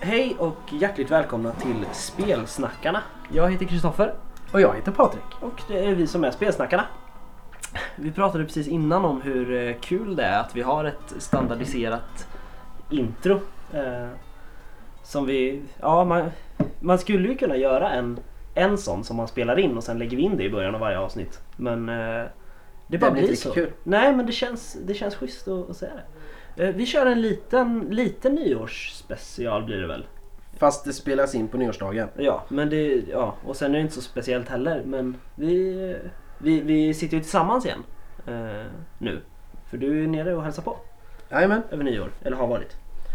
Hej och hjärtligt välkomna till Spelsnackarna. Jag heter Kristoffer. Och jag heter Patrik. Och det är vi som är Spelsnackarna. Vi pratade precis innan om hur kul det är att vi har ett standardiserat intro. Som vi... Ja, man skulle ju kunna göra en sån som man spelar in och sen lägger vi in det i början av varje avsnitt. Men det bara blir så. Kul. Nej, men det känns schysst att säga det. Vi kör en liten nyårsspecial blir det väl. Fast det spelas in på nyårsdagen. Ja, men och sen är det inte så speciellt heller. Men vi sitter ju tillsammans igen nu. För du är nere och hälsar på. Jajamän. Över nyår, eller har varit.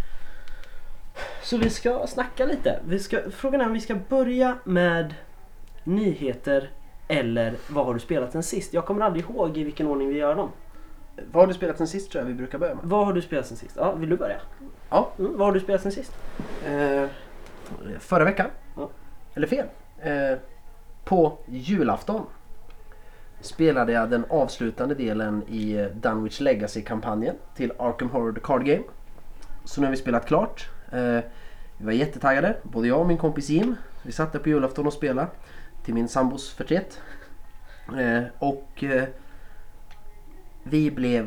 Så vi ska snacka lite. Frågan är om vi ska börja med nyheter eller vad har du spelat sen sist? Jag kommer aldrig ihåg i vilken ordning vi gör dem. Vad har du spelat sen sist tror jag vi brukar börja med? Vad har du spelat sen sist? Ja, vill du börja? Ja. Vad har du spelat sen sist? Förra veckan. Ja. Eller fel. På julafton spelade jag den avslutande delen i Dunwich Legacy-kampanjen till Arkham Horror The Card Game. Så nu har vi spelat klart. Vi var jättetaggade, både jag och min kompis Jim. Vi satt där på julafton och spelade till min sambos förtret. Vi blev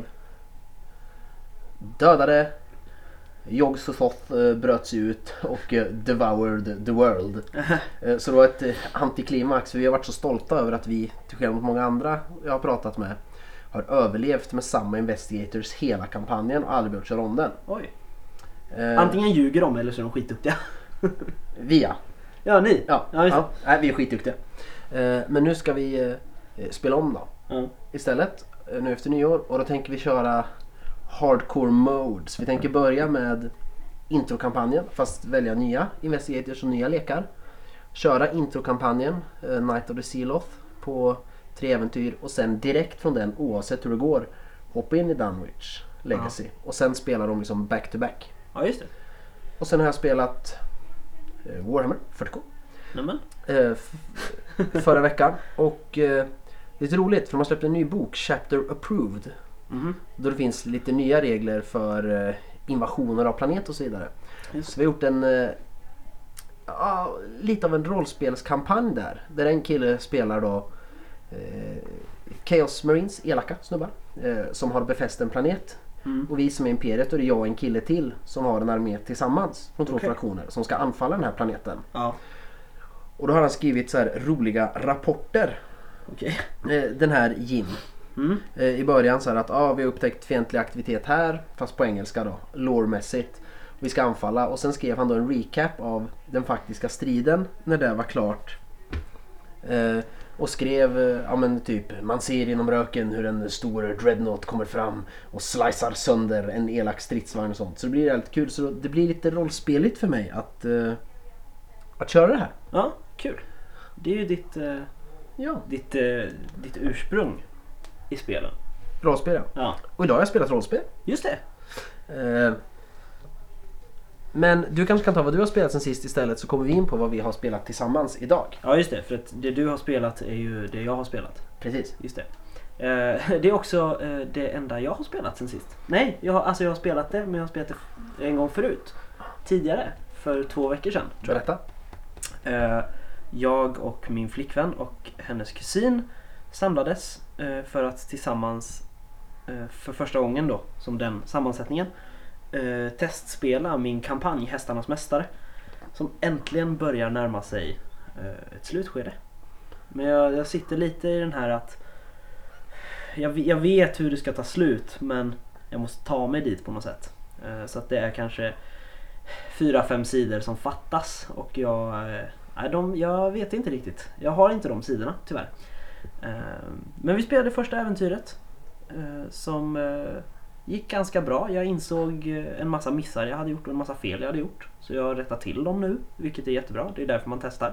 dödade. Yogg-Sothoth bröt sig ut och devoured the world. Så det var ett antiklimax. För vi har varit så stolta över att vi, till skillnad mot många andra jag har pratat med, har överlevt med samma investigators hela kampanjen och aldrig behövt köra om den. Oj. Antingen ljuger de eller så är de skitduktiga. Via. Ja, ni. Ja. Nej, vi är skitduktiga. Men nu ska vi spela om då. Istället, nu efter nyår. Och då tänker vi köra hardcore modes. Vi tänker börja med introkampanjen, fast välja nya investigators och nya lekar. Köra introkampanjen, Night of the Sealoth, på 3 äventyr. Och sen direkt från den, oavsett hur det går, hoppa in i Dunwich Legacy. Och sen spelar de liksom back to back. Ja, just det. Och sen har jag spelat Warhammer 40K. Nämen. Förra veckan. Och lite roligt, för de har släppt en ny bok, Chapter Approved. Då det finns lite nya regler för invasioner av planet och så vidare. Så vi har gjort lite av en rollspelskampanj där en kille spelar då Chaos Marines, elaka snubbar, som har befäst en planet. Och vi som är Imperiet, och det är jag och en kille till som har en armé tillsammans från 2 fraktioner som ska anfalla den här planeten. Ja. Och då har han skrivit så här roliga rapporter. Okej. Den här Jim. I början så här att vi har upptäckt fientlig aktivitet här, fast på engelska då, lore-mässigt. Vi ska anfalla, och sen skrev han då en recap av den faktiska striden när det var klart. Och skrev, typ, man ser inom röken hur en stor dreadnought kommer fram och slicear sönder en elak stridsvagn och sånt. Så det blir helt kul, så det blir lite rollspeligt för mig att köra det här. Ja, kul. Det är ju ditt ursprung i spelen. Rollspel, ja. Och idag har jag spelat rollspel. Just det. Men du kanske kan ta vad du har spelat sen sist istället, så kommer vi in på vad vi har spelat tillsammans idag. Ja, just det. För att det du har spelat är ju det jag har spelat. Precis. Just det. Det är också det enda jag har spelat sen sist. Nej, jag har spelat det, men jag har spelat det en gång förut. Tidigare, för 2 veckor sedan. Berätta. Jag och min flickvän och hennes kusin samlades för att tillsammans för första gången då, som den sammansättningen, testspela min kampanj Hästarnas mästare, som äntligen börjar närma sig ett slutskede. Men jag sitter lite i den här att jag vet hur det ska ta slut, men jag måste ta mig dit på något sätt. Så att det är kanske 4-5 sidor som fattas, och jag vet inte riktigt. Jag har inte de sidorna, tyvärr. Men vi spelade första äventyret som gick ganska bra. Jag insåg en massa missar jag hade gjort och en massa fel jag hade gjort. Så jag rättar till dem nu, vilket är jättebra. Det är därför man testar.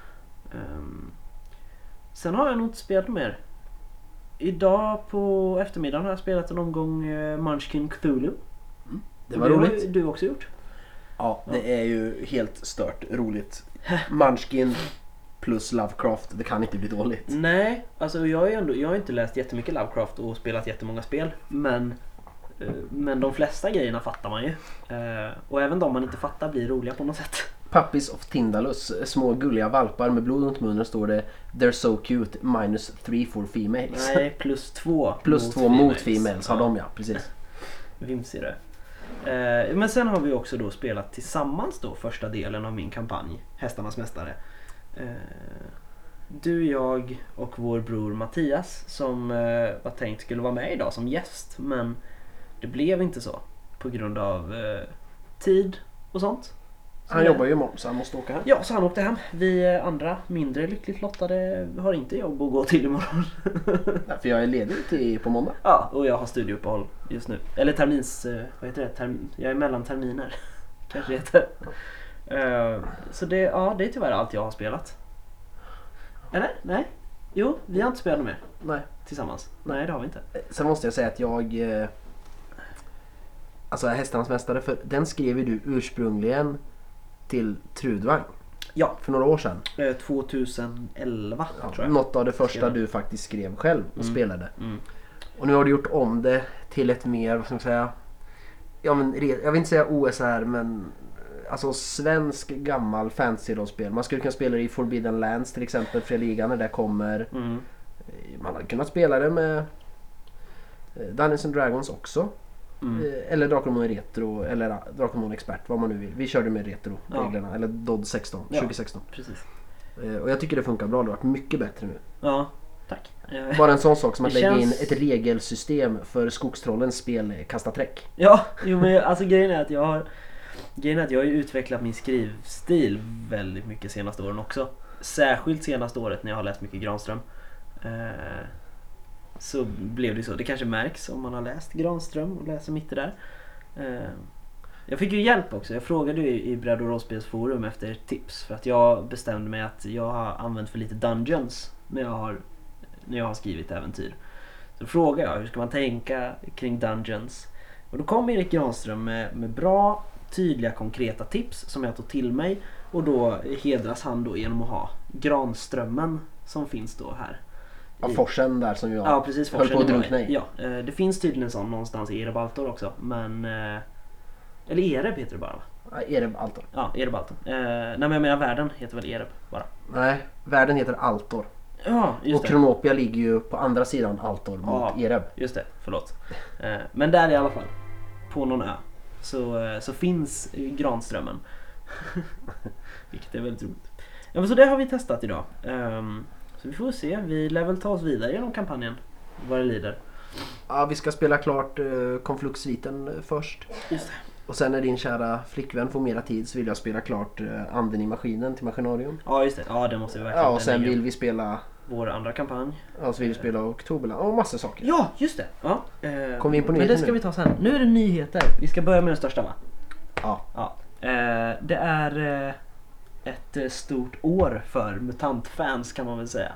Sen har jag nog inte spelat mer. Idag på eftermiddagen har jag spelat en omgång Munchkin Cthulhu. Det var roligt. Har du också gjort? Ja, det är ju helt stört roligt. Munchkin plus Lovecraft, det kan inte bli dåligt. Nej, alltså jag har inte läst jättemycket Lovecraft och spelat jättemånga spel, men Men de flesta grejerna fattar man ju. Och även de man inte fattar blir roliga på något sätt. Puppies of Tindalus, små gulliga valpar med blod runt munnen, står det "They're so cute, -3 for females". Nej, +2. +2 mot females har de, ja, precis. Vimsig det. Men sen har vi också då spelat tillsammans då första delen av min kampanj, Hästarnas mästare. Du, jag och vår bror Mattias som var tänkt skulle vara med idag som gäst, men det blev inte så på grund av tid och sånt. Han jobbar ju imorgon så han måste åka hem. Ja, så han åkte hem. Vi andra mindre lyckligt lottade har inte jobb att gå till imorgon. Ja, för jag är ledig på måndag. Ja, och jag har studieuppehåll just nu. Eller termins... Vad heter det? Jag är mellan terminer. Kanske det heter. Så det är tyvärr allt jag har spelat. Eller? Nej? Jo, vi har inte spelat mer. Nej. Tillsammans. Nej, det har vi inte. Sen måste jag säga att jag... Alltså Hästarnas mästare, för den skrev ju du ursprungligen till Trudvang. Ja. För några år sedan. 2011 tror jag. Något av det första du faktiskt skrev själv och spelade. Mm. Och nu har du gjort om det till ett mer, vad ska man säga... Ja, men, jag vill inte säga OSR, men... Alltså svensk gammal fantasy-rollspel. Man skulle kunna spela det i Forbidden Lands till exempel, Fria Ligan när det kommer. Man hade kunnat spela det med Dungeons and Dragons också. Eller Drakar och Demoner Retro eller Drakar och Demoner Expert, vad man nu vill. Vi körde med retro-reglerna, eller DOD 2016. Precis. Och jag tycker det funkar bra, det har varit mycket bättre nu. Ja, tack. Bara en sån sak som att lägga in ett regelsystem för Skogstrollens spel Kasta Träck. Ja, jo, men alltså grejen är att jag har ju utvecklat min skrivstil väldigt mycket senaste åren också. Särskilt senaste året när jag har läst mycket Granström. Så blev det så. Det kanske märks om man har läst Granström och läser mitt i där. Jag fick ju hjälp också. Jag frågade ju i Bredd- och rollspelsforum efter tips. För att jag bestämde mig att jag har använt för lite dungeons när jag har skrivit äventyr. Så frågade jag hur ska man tänka kring dungeons. Och då kom Erik Granström med bra, tydliga, konkreta tips som jag tog till mig. Och då hedras han då genom att ha Granströmmen som finns då här. Ja, forsen där som jag precis, höll på att drunkna i. Ja, det finns tydligen en sån någonstans i Erebaltor också. Men... eller Ereb heter det bara, va? Ja, Ereb Altor. Ja, Ereb Altor. Nej, men jag menar världen heter väl Ereb bara. Nej, världen heter Altor. Ja, just och det. Kronopia ligger ju på andra sidan Altor mot Ereb. Just det, förlåt. Men där i alla fall, på någon ö, så finns Granströmmen. Vilket är väldigt roligt. Ja, men så det har vi testat idag. Så vi får se, vi lär väl ta oss vidare genom kampanjen, vad det lider. Ja, vi ska spela klart Konflux-sviten först. Just det. Och sen när din kära flickvän får mera tid så vill jag spela klart Anden i maskinen till Maskinarium. Ja, just det. Ja, det måste vi verkligen. Ja, och sen vill vi spela... Vår andra kampanj. Ja, så vill vi spela Oktoberland och massa saker. Ja, just det. Ja. Kom vi in på men det ska nu? vi ta sen. Nu är det nyheter. Vi ska börja med den största, va? Ja. Det är ett stort år för MUTANT-fans kan man väl säga.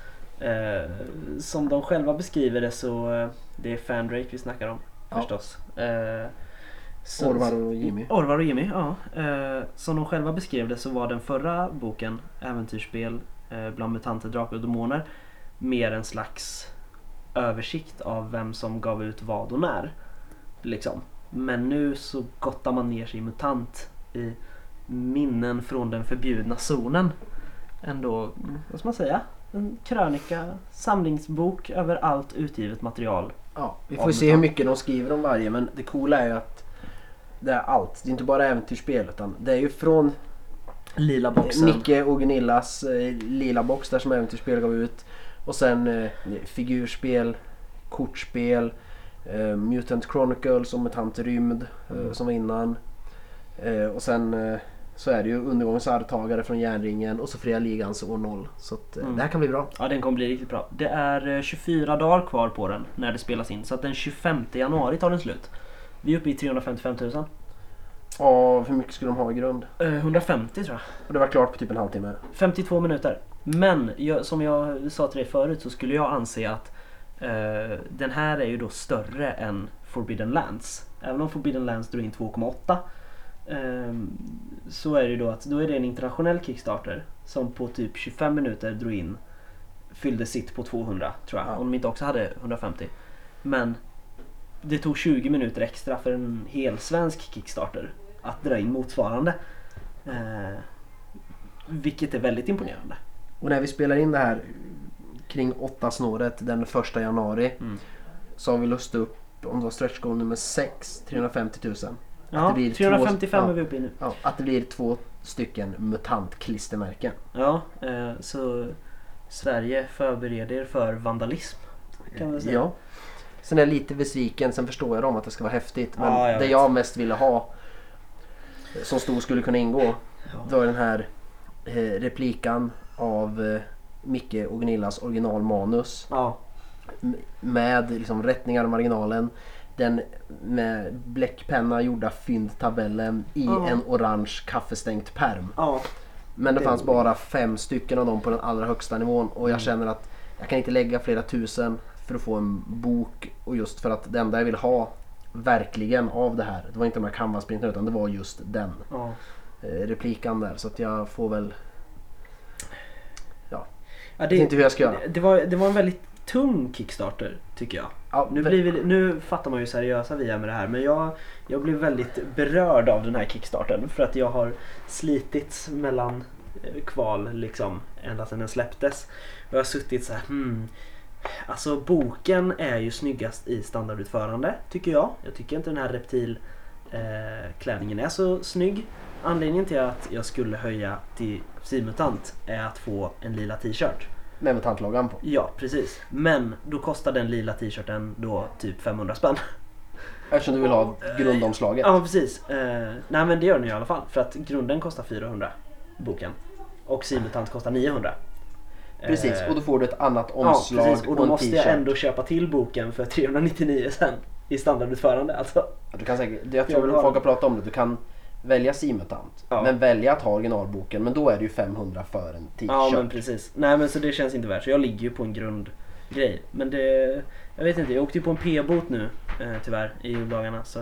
Som de själva beskriver det så det är Fandrake vi snackar om förstås. Orvar och Jimmy. Orvar och Jimmy, ja. Som de själva beskrev det så var den förra boken, Äventyrsspel bland mutanter, drakar och demoner, mer en slags översikt av vem som gav ut vad och när. Liksom. Men nu så gottar man ner sig i MUTANT i minnen från den förbjudna zonen. Ändå, vad ska man säga? En krönika, samlingsbok över allt utgivet material. Ja, vi får se hur mycket de skriver om varje, men det coola är ju att det är allt. Det är inte bara äventyrsspel utan det är ju från Lila boxen. Micke och Gunillas lila box där som äventyrsspel gav ut. Och sen figurspel, kortspel, Mutant Chronicles och Mutant Rymd som var innan. Och sen så är det ju Undergångens arvtagare från Järnringen och så Fria Ligans år 0. Så att, det här kan bli bra. Ja, den kommer bli riktigt bra. Det är 24 dagar kvar på den när det spelas in. Så att den 25 januari tar den slut. Vi är uppe i 355 000. Ja, hur mycket skulle de ha i grund? 150 tror jag. Och det var klart på typ en halvtimme. 52 minuter. Men som jag sa till dig förut så skulle jag anse att den här är ju då större än Forbidden Lands. Även om Forbidden Lands drar in 2,8 så är det ju då att då är det en internationell Kickstarter som på typ 25 minuter fyllde sitt på 200 tror jag. Om de inte också hade 150. Men det tog 20 minuter extra för en hel svensk Kickstarter att dra in motsvarande. Vilket är väldigt imponerande. Och när vi spelar in det här kring 8-snåret den 1 januari så har vi lust upp, om det var stretch goal nummer 6, 350 000. Ja, 355 är vi uppe i nu. Ja, att det blir 2 stycken mutant-klistermärken. Ja, så Sverige förbereder er för vandalism, kan man säga. Ja. Sen är jag lite besviken, sen förstår jag att det ska vara häftigt. Men Ja, det jag mest ville ha som stor skulle kunna ingå var den här replikan av Micke och Gunillas originalmanus. Ja. Med liksom rättningar av marginalen. Den med bläckpenna gjorda fyndtabellen i en orange kaffestänkt perm. Ja. Men det fanns bara 5 stycken av dem på den allra högsta nivån. Och jag känner att jag kan inte lägga flera tusen för att få en bok. Och just för att det enda jag vill ha verkligen av det här, det var inte de här canvasprinterna utan det var just den replikan där. Så att jag får väl... Jag vet inte hur jag ska göra. Det var en väldigt tung Kickstarter, tycker jag. Ja, Nu fattar man ju seriösa vi är med det här, men jag blev väldigt berörd av den här Kickstarten för att jag har slitits mellan kval liksom ända sedan den släpptes. Och jag har suttit så här, alltså boken är ju snyggast i standardutförande, tycker jag. Jag tycker inte den här reptilklänningen är så snygg. Anledningen till att jag skulle höja till Simutant är att få en lila t-shirt. Med mutantloggan på. Ja, precis. Men då kostar den lila t-shirten då typ 500 spänn. Eftersom du vill ha grundomslaget. Ja, precis. Nej, men det gör den i alla fall. För att grunden kostar 400, boken. Och Simutant kostar 900. Precis, och då får du ett annat omslag. Ja, precis. Och då måste jag ändå köpa till boken för 399 sen i standardutförande. Alltså. Du kan säkert, jag tror att folk har pratat om det. Du kan välja Simutant, men välja att ha originalboken. Men då är det ju 500 för en t-shirt. Ja, men precis. Nej, men så det känns inte värt. Så jag ligger ju på en grundgrej. Men det, jag vet inte, jag åkte ju på en p-bot nu tyvärr i juldagarna. Så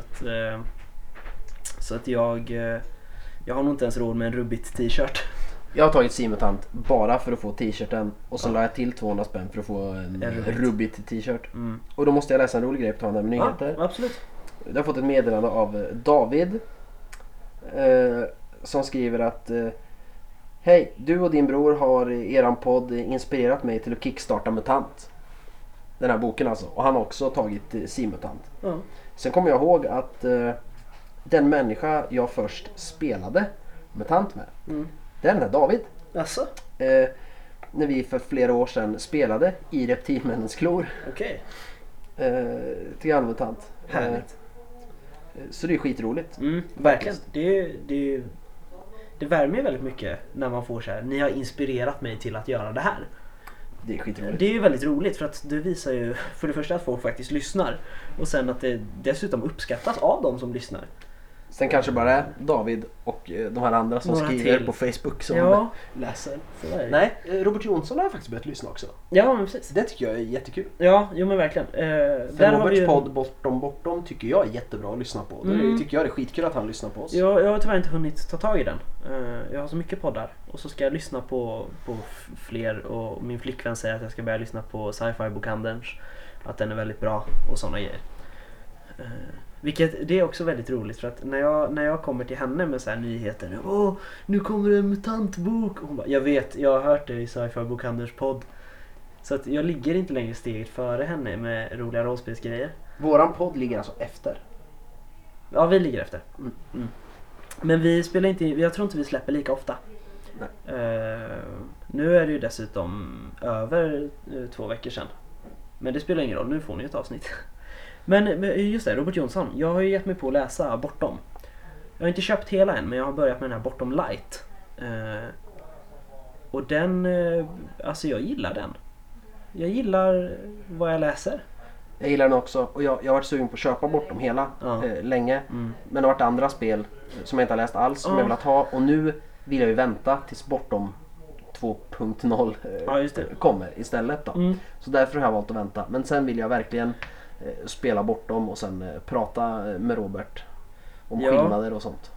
att jag har nog inte ens råd med en rubbigt t-shirt. Jag har tagit Simutant bara för att få t-shirten. Och så la jag till 200 spänn för att få en rubbigt t-shirt. Och då måste jag läsa en rolig grej på tal med nyheter. Ja, absolut. Jag har fått ett meddelande av David. Som skriver att hej, du och din bror har i eran podd inspirerat mig till att kickstarta Mutant. Den här boken alltså. Och han har också tagit Simutant. Sen kommer jag ihåg att den människa jag först spelade Mutant med, det är den här David. Alltså? När vi för flera år sedan spelade i Reptilmännens klor. Okej. Till Mutant. Härligt. Så det är skitroligt. Verkligen. Det värmer väldigt mycket när man får så här. Ni har inspirerat mig till att göra det här. Det är skitroligt. Det är ju väldigt roligt för att det visar ju för det första att folk faktiskt lyssnar. Och sen att det dessutom uppskattas av de som lyssnar. Sen kanske bara är David och de här andra som några skriver till på Facebook som läser. Nej, Robert Jonsson har faktiskt börjat lyssna också. Ja, men precis. Det tycker jag är jättekul. Ja, jo men verkligen. Där Roberts podd Bortom tycker jag är jättebra att lyssna på. Då tycker jag det är skitkul att han lyssnar på oss. Jag har tyvärr inte hunnit ta tag i den. Jag har så mycket poddar. Och så ska jag lyssna på fler. Och min flickvän säger att jag ska börja lyssna på Sci-Fi Bokhandelns. Att den är väldigt bra och sådana grejer. Vilket det är också väldigt roligt för att när jag kommer till henne med så här nyheter. Nu kommer det en mutantbok. Och hon bara, jag vet, jag har hört det i Sci-Fi Bokhandelns podd. Så att jag ligger inte längre steget före henne med roliga rollspelsgrejer. Våran podd ligger alltså efter. Ja, vi ligger efter. Men vi spelar inte, jag tror inte vi släpper lika ofta. Nu är det ju dessutom över 2 veckor sedan. Men det spelar ingen roll, nu får ni ett avsnitt. Men just det, Robert Jonsson. Jag har ju gett mig på att läsa Bortom. Jag har inte köpt hela än, men jag har börjat med den här Bortom Light. Och den, alltså jag gillar den. Jag gillar vad jag läser. Jag gillar den också. Och jag har varit sugen på att köpa Bortom hela länge. Men det har varit andra spel som jag inte har läst alls som jag vill ha. Och nu vill jag ju vänta tills Bortom 2.0 kommer istället då. Så därför har jag valt att vänta. Men sen vill jag verkligen spela Bortom och sen prata med Robert om skillnader och sånt.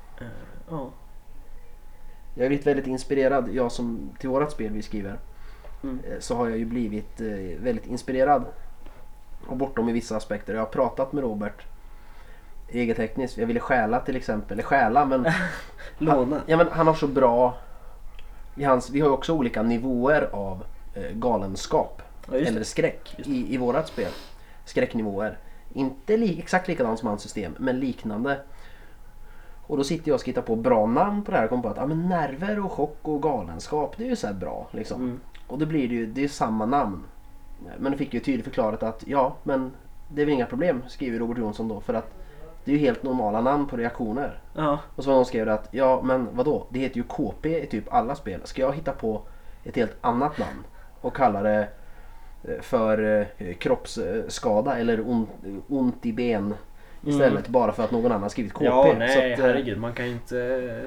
Jag har blivit väldigt inspirerad. Jag som till vårat spel vi skriver så har jag ju blivit väldigt inspirerad och bortom i vissa aspekter. Jag har pratat med Robert egetekniskt. Jag ville stjäla till exempel. Eller stjäla, men Låna. han har så bra vi har ju också olika nivåer av galenskap eller skräck i vårat spel. Skräcknivåer. Inte exakt likadant som hans system, men liknande. Och då sitter jag och skittar på bra namn på det här och kommer på att men nerver och chock och galenskap, det är ju så här bra liksom. Och då blir det ju, det är samma namn. Men det fick ju tydligt förklarat att men det är väl inga problem, skriver Robert Jonsson då, för att det är ju helt normala namn på reaktioner. Ja. Och så var någon skrev att men vadå, det heter ju KP i typ alla spel. Ska jag hitta på ett helt annat namn och kalla det för kroppsskada eller ont i ben istället, bara för att någon annan skrivit KP? Ja, nej, så att, herregud, man kan ju inte...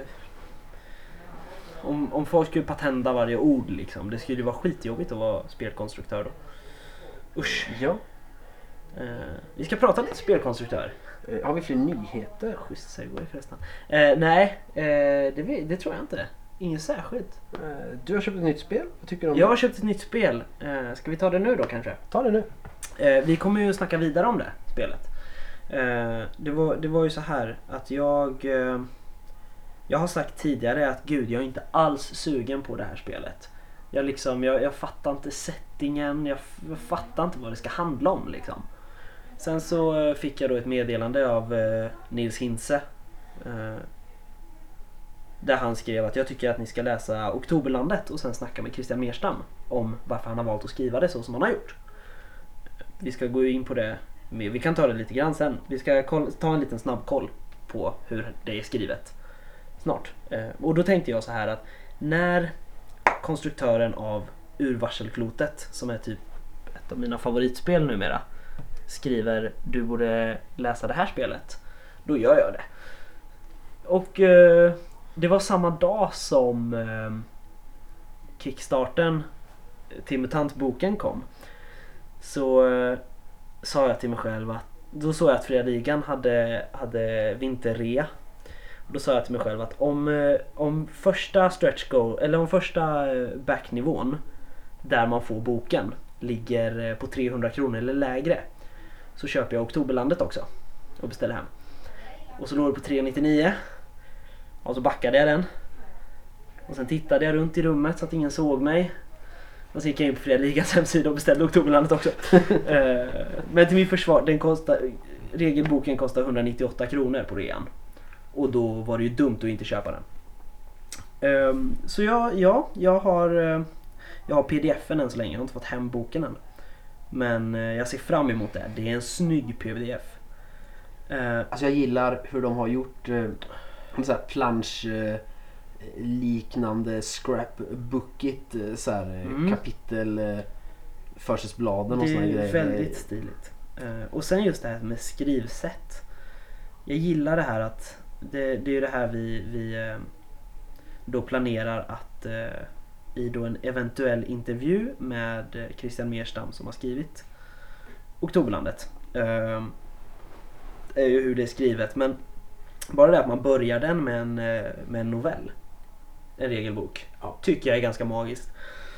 Om folk skulle patenta varje ord liksom, det skulle ju vara skitjobbigt att vara spelkonstruktör då. Usch. Ja. Vi ska prata lite spelkonstruktör. Har vi fler nyheter? Schysst segway förresten. Nej, det tror jag inte. Inget särskilt. Du har köpt ett nytt spel. Vad tycker du om Jag har köpt ett nytt spel. Ska vi ta det nu då kanske? Ta det nu. Vi kommer ju snacka vidare om det spelet. Det var ju så här att jag har sagt tidigare att gud, jag är inte alls sugen på det här spelet. Jag fattar inte settingen, jag fattar inte vad det ska handla om liksom. Sen så fick jag då ett meddelande av Nils Hintze där han skrev att jag tycker att ni ska läsa Oktoberlandet och sen snacka med Christian Merstam om varför han har valt att skriva det så som han har gjort. Vi ska gå in på det, vi kan ta det lite grann sen. Vi ska ta en liten snabb koll på hur det är skrivet snart. Och då tänkte jag så här att när konstruktören av Urvarselklotet, som är typ ett av mina favoritspel numera, skriver du borde läsa det här spelet, då gör jag det. Och det var samma dag som Kickstarten till Mutantboken kom. Så sa jag till mig själv att då såg jag att Fria Ligan hade vinterrea. Då sa jag till mig själv att om första stretch goal, eller om första backnivån där man får boken ligger på 300 kronor eller lägre, så köper jag Oktoberlandet också och beställer hem. Och så låg det på 399 och så backade jag den. Och sen tittade jag runt i rummet så att ingen såg mig. Och så gick jag in på Fria Ligans hemsida och beställde Oktoberlandet också. Men till min försvar, regelboken kostar 198 kronor på rean. Och då var det ju dumt att inte köpa den. Så jag har pdf-en än så länge. Jag har inte fått hem boken än. Men jag ser fram emot det. Det är en snygg pdf. Alltså jag gillar hur de har gjort så här plansch liknande scrapbookigt så här kapitel försättsbladen och såna grejer. Det är väldigt stiligt. Och sen just det här med skrivsätt. Jag gillar det här att det är ju det här vi då planerar att i då en eventuell intervju med Christian Merstam som har skrivit Oktoberlandet är ju hur det är skrivet, men bara det att man börjar den med en novell, en regelbok, tycker jag är ganska magiskt.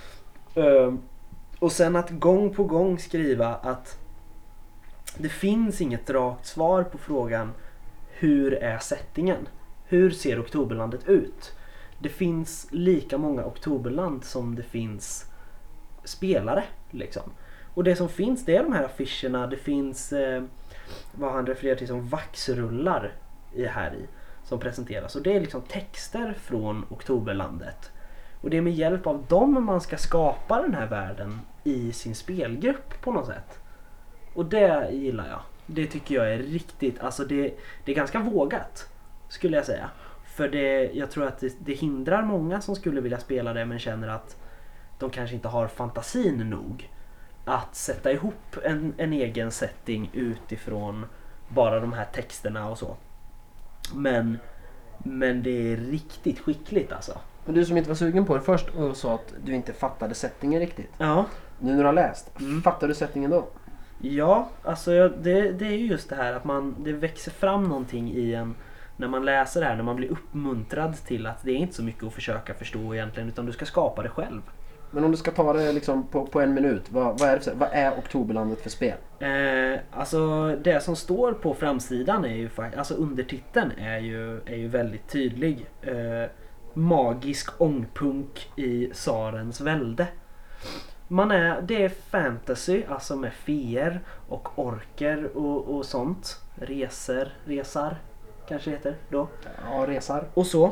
Och sen att gång på gång skriva att det finns inget rakt svar på frågan hur är settingen? Hur ser Oktoberlandet ut? Det finns lika många Oktoberland som det finns spelare liksom. Och det som finns, det är de här affischerna, det finns vad han refererar till som vaxrullar här i som presenteras. Och det är liksom texter från Oktoberlandet. Och det är med hjälp av dem man ska skapa den här världen i sin spelgrupp på något sätt. Och det gillar jag. Det tycker jag är riktigt, alltså det är ganska vågat skulle jag säga. För jag tror att det hindrar många som skulle vilja spela det men känner att de kanske inte har fantasin nog att sätta ihop en egen setting utifrån bara de här texterna och så. Men det är riktigt skickligt alltså. Men du som inte var sugen på det först och sa att du inte fattade settingen riktigt. Ja. Nu när du har läst, fattar du settingen då? Ja, alltså det är ju just det här att det växer fram någonting i en när man läser det här, när man blir uppmuntrad till att det är inte så mycket att försöka förstå egentligen, utan du ska skapa det själv. Men om du ska ta det liksom på en minut, vad är Oktoberlandet för spel? Alltså det som står på framsidan är ju faktiskt, alltså undertiteln är ju väldigt tydlig. Magisk ångpunk i Tsarens välde. Det är fantasy, alltså med feer och orker och sånt. Resar kanske heter då. Ja, resar. Och så.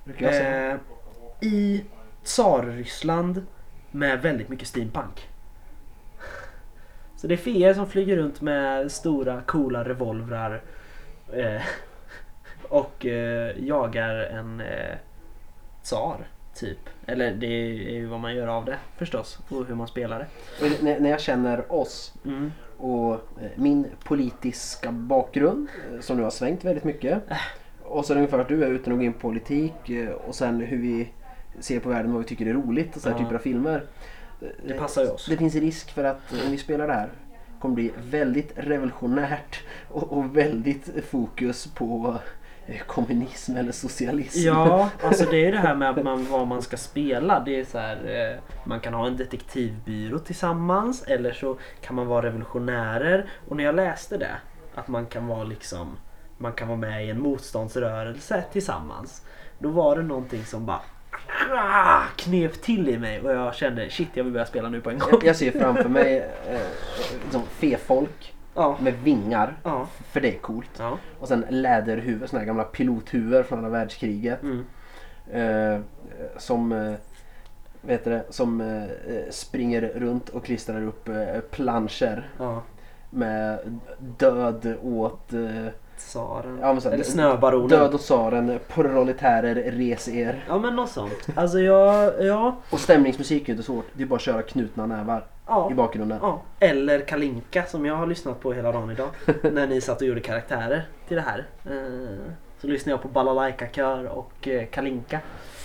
I Tsar-Ryssland med väldigt mycket steampunk. Så det är feer som flyger runt med stora coola revolvrar och jagar en tsar typ. Eller det är ju vad man gör av det förstås och hur man spelar det. Och när jag känner oss och min politiska bakgrund som nu har svängt väldigt mycket och så ungefär att du är utan att gå in politik och sen hur vi ser på världen och vad vi tycker är roligt och så här typer av filmer. Det passar ju oss. Det finns risk för att om vi spelar det här kommer bli väldigt revolutionärt och väldigt fokus på kommunism eller socialism. Ja, alltså det är det här med vad man ska spela. Det är så här, man kan ha en detektivbyrå tillsammans eller så kan man vara revolutionärer. Och när jag läste det, att man kan vara med i en motståndsrörelse tillsammans. Då var det någonting som bara knep till i mig och jag kände shit, jag vill börja spela nu på en gång. Jag ser framför mig som fefolk med vingar, för det är coolt. Ja. Och sen läderhuvud, såna här gamla pilothuvud från andra världskriget. Som springer runt och klistrar upp planscher med död åt tsaren. Ja, eller snöbaronen. Död åt tsaren, proletärer, res er. Ja, men något sånt. Alltså ja. Och stämningsmusik är inte svårt. Det är bara att köra knutna nävar i bakgrunden. Ja. Eller Kalinka som jag har lyssnat på hela dagen idag. När ni satt och gjorde karaktärer till det här. Så lyssnade jag på Balalaika-kör och Kalinka.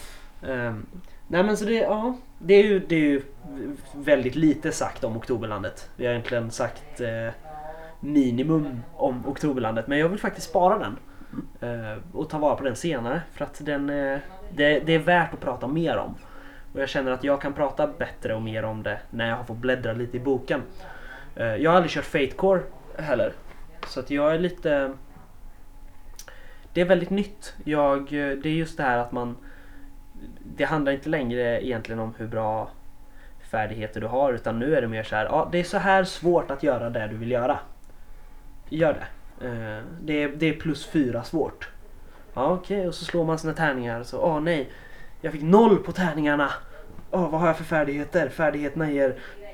Nej men så det är ju väldigt lite sagt om Oktoberlandet. Vi har egentligen sagt minimum om Oktoberlandet, men jag vill faktiskt spara den och ta vara på den senare för att det är värt att prata mer om. Och jag känner att jag kan prata bättre och mer om det när jag har fått bläddra lite i boken. Jag har aldrig kört Fate Core heller, så att jag är lite... Det är väldigt nytt. Det är just det här att det handlar inte längre egentligen om hur bra färdigheter du har, utan nu är det mer så här, det är så här svårt att göra det du vill göra. Gör det. Det är +4 svårt. Ja, okej. Och så slår man sina tärningar så, nej, jag fick 0 på tärningarna. Vad har jag för färdigheter? Färdigheterna ger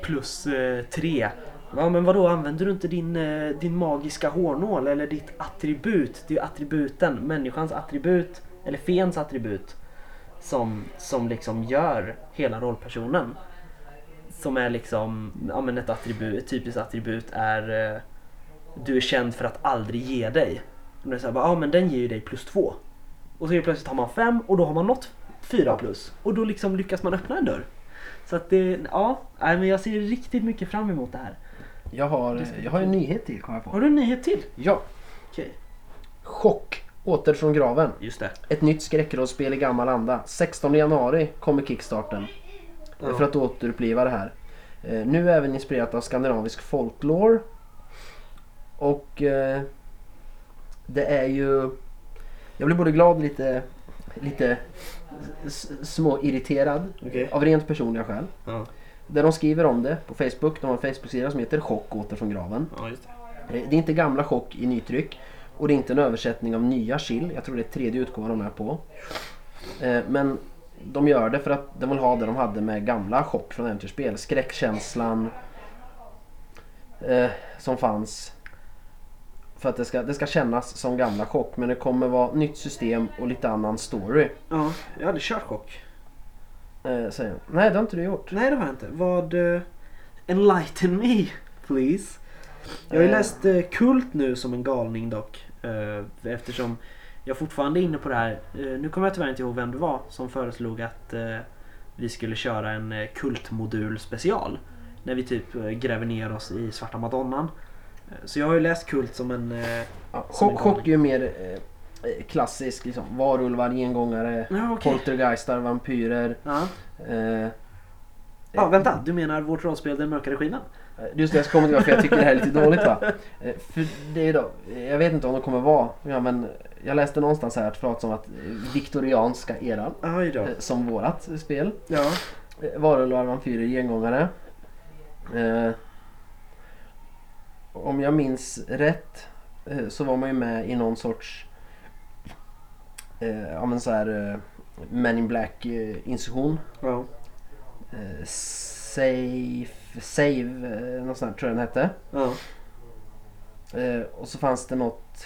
+3. Ja, men vadå, använder du inte din magiska hårnål eller ditt attribut? Det är ju attributen, människans attribut eller fens attribut som liksom gör hela rollpersonen. Som är liksom, men ett typiskt attribut är du är känd för att aldrig ge dig. Och det är så här, men den ger ju dig +2. Och så plötsligt har man 5 och då har man nått 4+. Och då liksom lyckas man öppna en dörr. Så att men jag ser riktigt mycket fram emot det här. Jag har en nyhet till, kommer jag på. Har du en nyhet till? Ja. Okej. Chock, åter från graven. Just det. Ett nytt skräckrollspel i gammal anda. 16 januari kommer kickstarten. För att återuppliva det här. Nu även inspirerat av skandinavisk folklore. Och det är ju... Jag blir både glad och lite småirriterad av rent personliga skäl. Ja. Där de skriver om det på Facebook. De har en Facebook-sida som heter Chock åter från graven. Ja, just det. Det är inte gamla Chock i nytryck. Och det är inte en översättning av nya Chill. Jag tror det är 3:e utgåvan de är på. Men de gör det för att de vill ha det de hade med gamla Chock från Enterspel. Skräckkänslan som fanns. För att det ska kännas som gamla Chock. Men det kommer vara nytt system och lite annan story. Ja, jag hade kört Chock. Nej, det har inte du gjort. Nej, det har jag inte. Enlighten me, please. Jag har ju läst Kult nu som en galning dock. Eftersom jag fortfarande är inne på det här. Nu kommer jag tyvärr inte ihåg vem det var som föreslog att vi skulle köra en kultmodul special. När vi typ gräver ner oss i Svarta Madonnan. Så jag har ju läst Kult som en... Chock är ju mer klassisk, liksom. Varulvar, gengångare, poltergeistar, vampyrer. Ja, vänta. Du menar vårt rollspel Den mörka regimen? Just det, jag ska komma till varför jag tycker det här är lite dåligt, va? För det är då, jag vet inte om det kommer vara, ja, men jag läste någonstans här att prata om att viktorianska eran som vårat spel. Ja. Varulvar, vampyrer, gengångare. Om jag minns rätt så var man ju med i någon sorts ja, men så här Men in Black institution. Ja. Save något sånt tror jag den hette. Ja. Och så fanns det något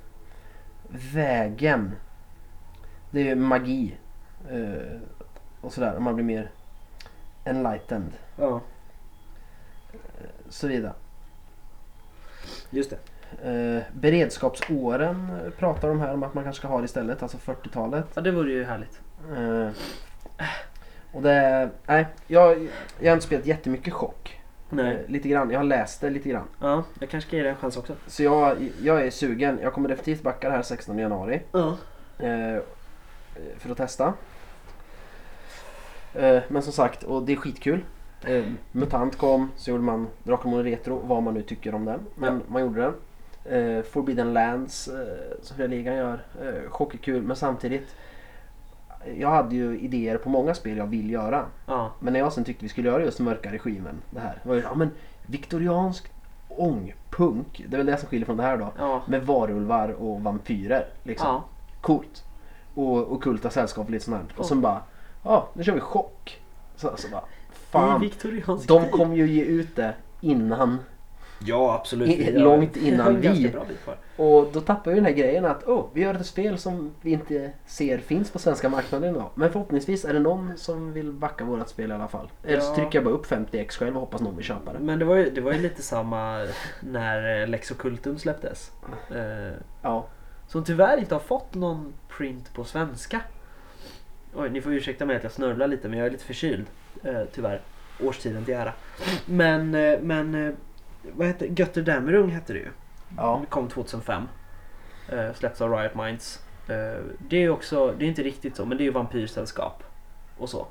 vägen. Det är ju magi och sådär, om man blir mer enlightened. Ja. Så vidare. Just det. Beredskapsåren pratar de här om att man kanske ska ha det istället, alltså 40-talet. Ja, det vore ju härligt. Och det, nej, jag har inte spelat jättemycket chock. Nej. Lite grann, jag har läst det lite grann. Ja, jag kanske ska ge det en chans också. Så jag är sugen, jag kommer definitivt backa det här 16 januari. Ja. För att testa. Men som sagt, och det är skitkul. Mutant kom, så gjorde man Drakar Retro, vad man nu tycker om den. Men man gjorde den. Forbidden Lands, som Fria Ligan gör. Chock är kul, men samtidigt jag hade ju idéer på många spel jag vill göra. Ja. Men när jag sen tyckte vi skulle göra just mörka regimen, det här var ju, ja men viktoriansk ångpunk, det är väl det som skiljer från det här då. Ja. Med varulvar och vampyrer liksom. Ja. Coolt. Och kulta sällskap och lite sånt här. Och sen bara, ja, nu kör vi chock. Så bara, fan. De kommer ju ge ut det innan. Ja, absolut. Långt innan vi. Bra bit kvar. Och då tappar vi den här grejen att vi gör ett spel som vi inte ser finns på svenska marknaden idag. Men förhoppningsvis är det någon som vill backa vårat spel i alla fall. Eller så trycker jag bara upp 50x själv och hoppas någon vill köpa det. Men det var ju lite samma när Lex Occultum släpptes. Ja. Som tyvärr inte har fått någon print på svenska. Oj, ni får ursäkta mig att jag snörvlar lite, men jag är lite förkyld. Tyvärr. Årstiden till ära. Men vad heter Götterdämmerung hette det ju. Ja. Det kom 2005. Släppts av Riot Minds. Det är ju också, det är inte riktigt så, men det är ju vampyrsällskap och så.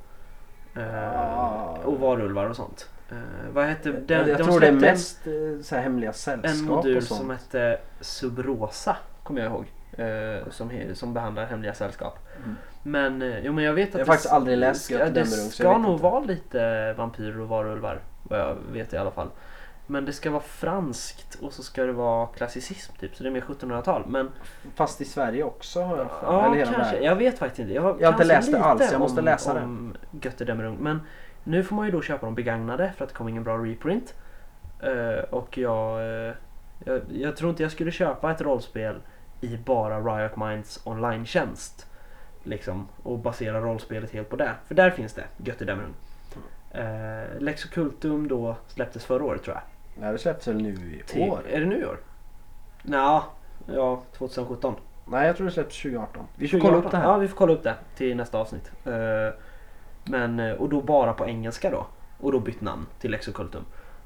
Och varulvar och sånt. Vad heter den? Jag tror det är mest så här hemliga sällskap en modul och sånt. som hette Subrosa, kommer jag ihåg. Som behandlar hemliga sällskap. Men men jag vet att jag har faktiskt aldrig läst det ska nog vara lite vampyrer och varulvar, vad jag vet i alla fall. Men det ska vara franskt och så ska det vara klassicism typ, så det är mer 1700-tal. Men fast i Sverige också har jag ja, eller kanske. Jag vet faktiskt inte. Jag har inte läst det alls, jag måste läsa det. Götterdämmerung. Men nu får man ju då köpa dem begagnade för att det kommer ingen bra reprint. Och jag tror inte jag skulle köpa ett rollspel i bara Riot Minds online-tjänst. Liksom, och basera rollspelet helt på det. För där finns det Götterdämmerung. Lex Occultum då släpptes förra året, tror jag. Nej, det släpptes väl nu i år? Är det nu i år? Ja, 2017. Nej, jag tror det släpptes 2018. Vi får kolla upp det här. Ja, vi får kolla upp det till nästa avsnitt. Och då bara på engelska då. Och då bytt namn till Lex Occultum.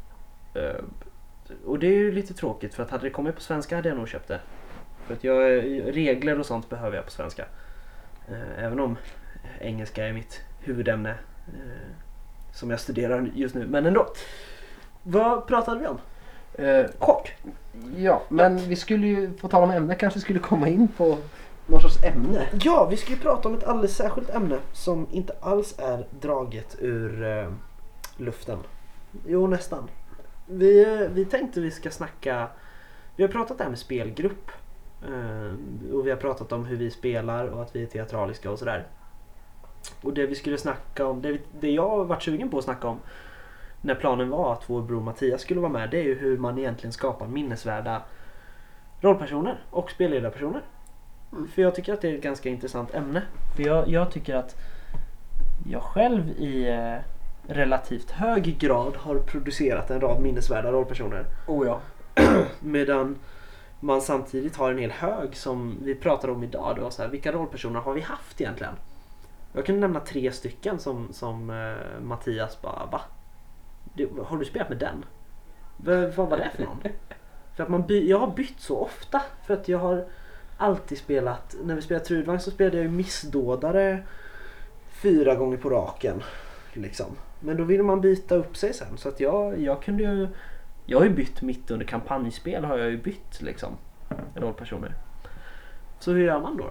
Och det är ju lite tråkigt, för att hade det kommit på svenska hade jag nog köpt det. För att regler och sånt behöver jag på svenska. Även om engelska är mitt huvudämne som jag studerar just nu. Men ändå. Vad pratade vi om? Kort. Ja, men vi skulle ju, på tal om ämne, kanske skulle komma in på någon sorts ämne. Ja, vi ska ju prata om ett alldeles särskilt ämne som inte alls är draget ur luften. Jo, nästan. Vi tänkte vi ska snacka. Vi har pratat där med spelgrupp. Och vi har pratat om hur vi spelar och att vi är teatraliska och sådär. Och det vi skulle snacka om, det jag har varit sugen på att snacka om när planen var att vår bror Mattias skulle vara med, det är ju hur man egentligen skapar minnesvärda rollpersoner och spelledarpersoner. För jag tycker att det är ett ganska intressant ämne. För jag tycker att jag själv i relativt hög grad har producerat en rad minnesvärda rollpersoner. Oh ja. Medan man samtidigt har en hel hög som vi pratar om idag. Det var så här, vilka rollpersoner har vi haft egentligen? Jag kan nämna 3 stycken som Mattias bara, va? Har du spelat med den? Vad var det för någon? För att jag har bytt så ofta. För att jag har alltid spelat, när vi spelade Trudvang så spelade jag ju missdådare 4 gånger på raken. Liksom. Men då ville man byta upp sig sen. Så att jag kunde ju... Jag har ju bytt mitt under kampanjspel. Har jag ju bytt liksom rollpersoner. Så hur gör man då?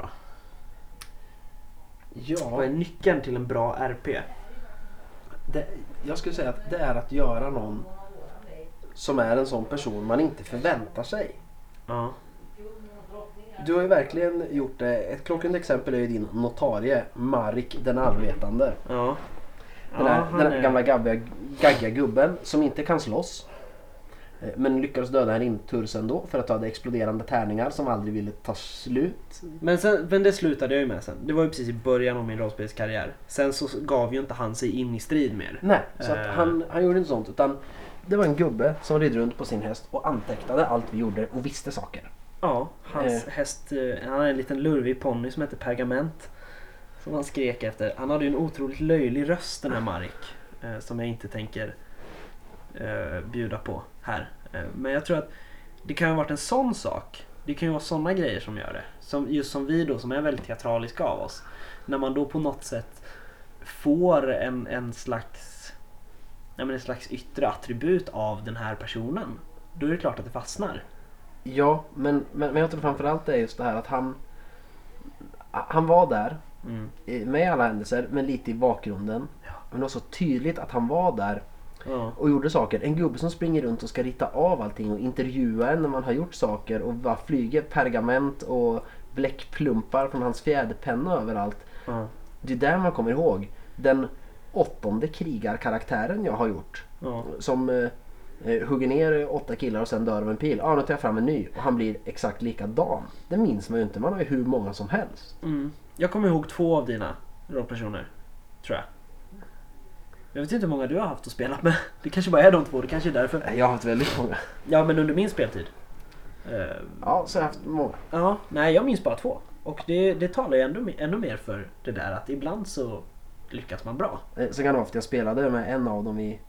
Ja, Vad är nyckeln till en bra RP? jag skulle säga att det är att göra någon som är en sån person man inte förväntar sig. Ja. Du har ju verkligen gjort det. Ett klockrent exempel är ju din notarie, Marik den allvetande. Ja. Den här gamla gagga gubben som inte kan slåss. Men lyckades döda en rimturs ändå för att du hade exploderande tärningar som aldrig ville ta slut. Men det slutade jag ju med sen. Det var ju precis i början av min rollspelskarriär. Sen så gav ju inte han sig in i strid mer. Nej, så att han gjorde inte sånt, utan det var en gubbe som red runt på sin häst och antecknade allt vi gjorde och visste saker. Ja, hans häst, han hade en liten lurvig ponny som heter Pergament. Som han skrek efter. Han hade ju en otroligt löjlig röst, den här Marik. Som jag inte tänker bjuda på här. Men jag tror att det kan ha varit en sån sak. Det kan ju vara såna grejer som gör det. Just som vi då, som är väldigt teatraliska av oss. När man då på något sätt får en slags yttre attribut av den här personen. Då är det klart att det fastnar. Ja, men jag tror framförallt det är just det här att han var där med alla händelser, men lite i bakgrunden. Ja. Men det var så tydligt att han var där Ja. och gjorde saker. En gubbe som springer runt och ska rita av allting och intervjua en när man har gjort saker och bara flyger pergament och bläckplumpar från hans fjäderpenna överallt. Ja. Det är där man kommer ihåg den 8:e krigarkaraktären jag har gjort. Ja. Som hugger ner 8 killar och sen dör av en pil. Nu tar jag fram en ny och han blir exakt likadan. Det minns man ju inte, man har ju hur många som helst. Jag kommer ihåg 2 av dina rollpersoner, tror jag. Jag vet inte hur många du har haft att spela med. Det kanske bara är de 2, det kanske är därför. Jag har haft väldigt många. Ja, men under min speltid. Ja, så har jag haft många. Ja, nej, jag minns bara 2. Och det talar ju ännu mer för det där att ibland så lyckas man bra. Så kan det vara att jag spelade med en av dem i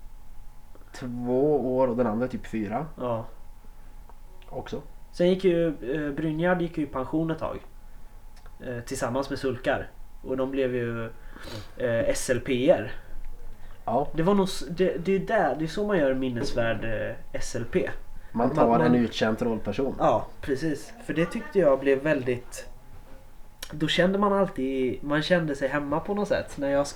2 år och den andra typ 4 Ja. också. Sen gick ju Brynjard gick ju i pension ett tag. Tillsammans med Sulkar. Och de blev ju SLP'er. Ja, Det var nog det är så man gör en minnesvärd SLP. man tar en utkänd rollperson. Ja, precis. För det tyckte jag blev väldigt... Då kände man kände sig hemma på något sätt.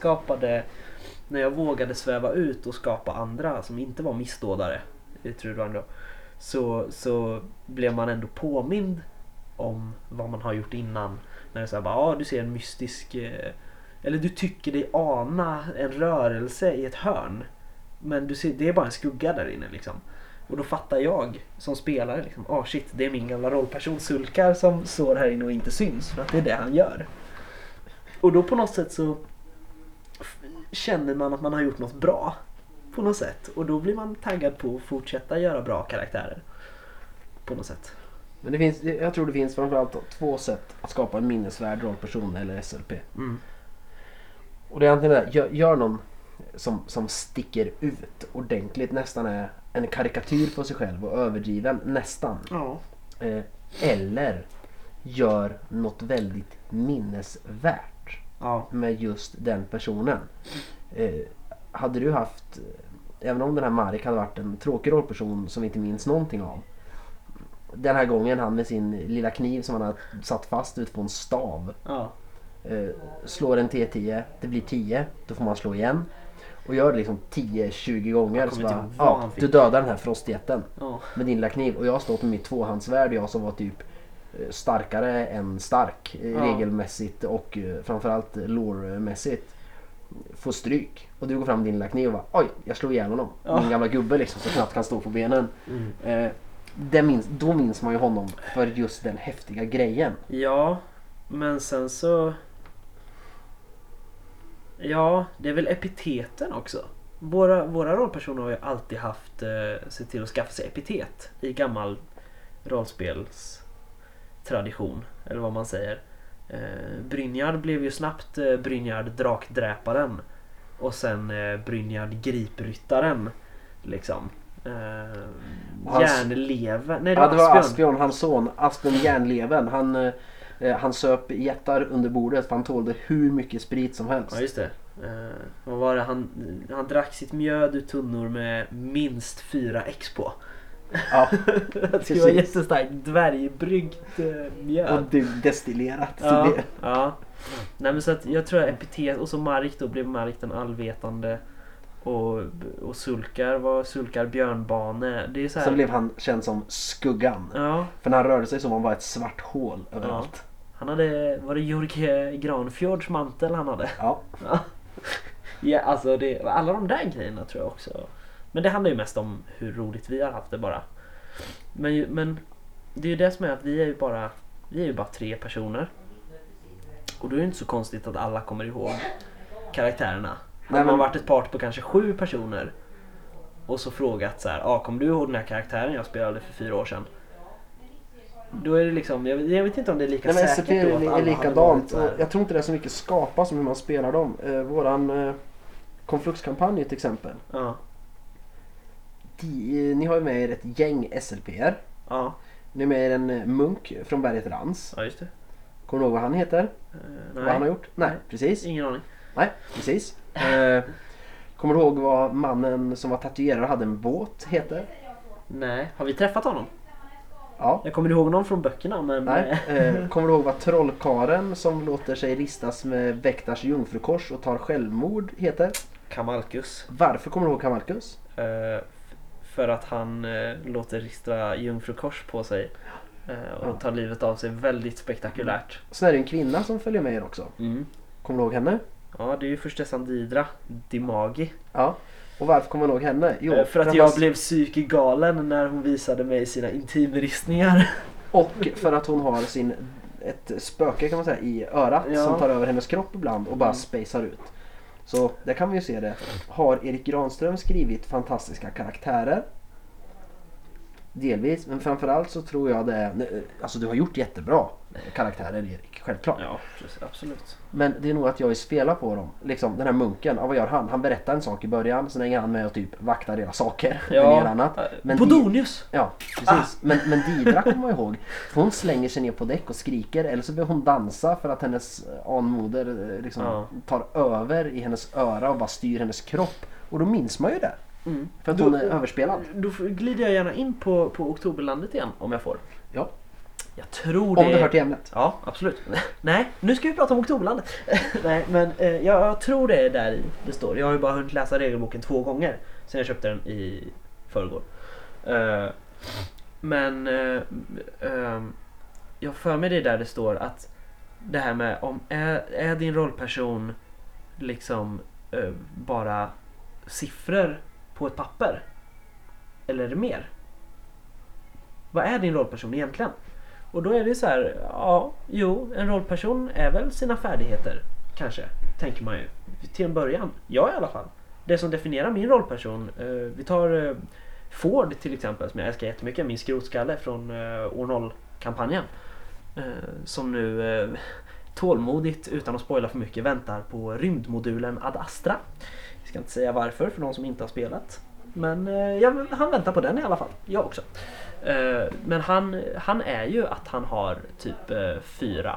När jag vågade sväva ut och skapa andra som inte var missdådare, det tror jag ändå, så blev man ändå påmind om vad man har gjort innan. När det är så här, bara, du ser en mystisk... Eller du tycker dig ana en rörelse i ett hörn. Men det är bara en skugga där inne liksom. Och då fattar jag som spelare liksom, shit, det är min gamla rollperson Sulkar som står här inne och inte syns. För att det är det han gör. Och då på något sätt så känner man att man har gjort något bra. På något sätt. Och då blir man taggad på att fortsätta göra bra karaktärer. På något sätt. Men jag tror det finns framförallt 2 sätt att skapa en minnesvärd rollperson eller SLP. Och det är antingen det, gör någon som sticker ut ordentligt, nästan är en karikatyr på sig själv och överdriven, nästan. Ja. Eller gör något väldigt minnesvärt med just den personen. Hade du haft, även om den här Marik hade varit en tråkig rollperson som vi inte minns någonting av, den här gången han med sin lilla kniv som han har satt fast ut på en stav, slår en T10, det blir 10, då får man slå igen och gör det liksom 10-20 gånger så bara, du dödar den här frostjätten med din lilla kniv, och jag har stått med mitt tvåhandsvärd, jag som var typ starkare än stark regelmässigt och framförallt lore-mässigt, får stryk, och du går fram med din lilla kniv och bara, oj, jag slog ihjäl honom, min gamla gubbe liksom, så knappt kan stå på benen. Då minns man ju honom för just den häftiga grejen. Ja, men sen så... Ja, det är väl epiteten också. Våra rollpersoner har ju alltid haft sett till att skaffa sig epitet i gammal rollspelstradition, eller vad man säger. Brynjard blev ju snabbt Brynjard drakdräparen och sen Brynjard gripryttaren liksom. Järnleven. Nej, det var Asbjörn, hans son Aspen Järnleven. Han söp jättar under bordet för han tålde hur mycket sprit som helst. Ja, just det. Vad var det? Han drack sitt mjöd ur tunnor med minst 4x på. Ja, det var jättestarkt dvärgbryggt mjöd. Och destillerat. Ja, ja. Nej, men så att jag tror att epitet och så Mark då blev Mark den allvetande och Sulkar var Sulkar björnbane. Det är så här... Sen blev han känd som Skuggan. Ja. För när han rörde sig så var han bara ett svart hål överallt. Ja. Han hade, var det Jorge Granfjords mantel han hade? Ja. Ja, alltså alla de där grejerna tror jag också. Men det handlar ju mest om hur roligt vi har haft det bara. Men det är ju det som är att vi är ju bara 3 personer. Och då är det inte så konstigt att alla kommer ihåg karaktärerna. När man varit ett part på kanske 7 personer och så frågat så här, kommer du ihåg den här karaktären jag spelade för 4 år sedan? Då är det liksom, jag vet inte om det är lika säkert SCP då att alla är likadant. hade Jag tror inte det är så mycket skapa som hur man spelar dem. Våran Konflux-kampanj till exempel. Ja. Ni har ju med er ett gäng SLPR. Ja. Ni är med er en munk från berget Rans. Ja, just det. Kommer du ihåg vad han heter? Nej. Vad han har gjort? Nej, precis. Ingen aning. Nej, precis. Kommer du ihåg vad mannen som var tatuerad och hade en båt heter? Nej, har vi träffat honom? Ja. Jag kommer ihåg någon från böckerna, men... Nej. Kommer du ihåg vad trollkaren som låter sig ristas med väktars jungfrukors och tar självmord heter? Kamalkus. Varför kommer du ihåg Kamalkus? För att han låter rista jungfrukors på sig och tar livet av sig väldigt spektakulärt. Sen är det en kvinna som följer med er också. Mm. Kommer du ihåg henne? Ja, det är ju först Sandidra Dimagi. Ja. Och varför kommer du ihåg henne? Jo, för att jag blev psykgalen när hon visade mig sina intimristningar. Och för att hon har ett spöke kan man säga i örat som tar över hennes kropp ibland och bara spacear ut. Så där kan vi ju se det. Har Erik Granström skrivit fantastiska karaktärer? Delvis, men framförallt så tror jag alltså du har gjort jättebra karaktärer Erik, självklart. Ja, precis, absolut. Men det är nog att jag vill spela på dem. Liksom den här munken, vad gör han? Han berättar en sak i början, sen hänger han med och typ vaktar deras saker. Ja, annat. Men Podonius! Ja, precis. Men Didra kommer man ihåg. För hon slänger sig ner på däck och skriker. Eller så börjar hon dansa för att hennes anmoder liksom tar över i hennes öra och bara styr hennes kropp. Och då minns man ju det. Mm. För att hon är överspelad. Då glider jag gärna in på Oktoberlandet igen om jag får. Ja. Jag tror om det hör till ämnet. Ja, absolut. Nej, nu ska vi prata om Oktoberlandet. Nej, men jag tror det är där det står. Jag har ju bara hunnit läsa regelboken 2 gånger sen jag köpte den i förrgår. Men jag för mig det där det står att det här med om är din rollperson liksom bara siffror på ett papper eller är det mer? Vad är din rollperson egentligen? Och då är det så här, en rollperson är väl sina färdigheter kanske, tänker man ju till en början. Jag i alla fall. Det som definierar min rollperson, vi tar Ford till exempel som jag älskar jättemycket, min skrotskalle från år 0-kampanjen som nu tålmodigt utan att spoila för mycket väntar på rymdmodulen Ad Astra. Jag ska inte säga varför för de som inte har spelat. Men han väntar på den i alla fall. Jag också. Men han är ju att han har typ 4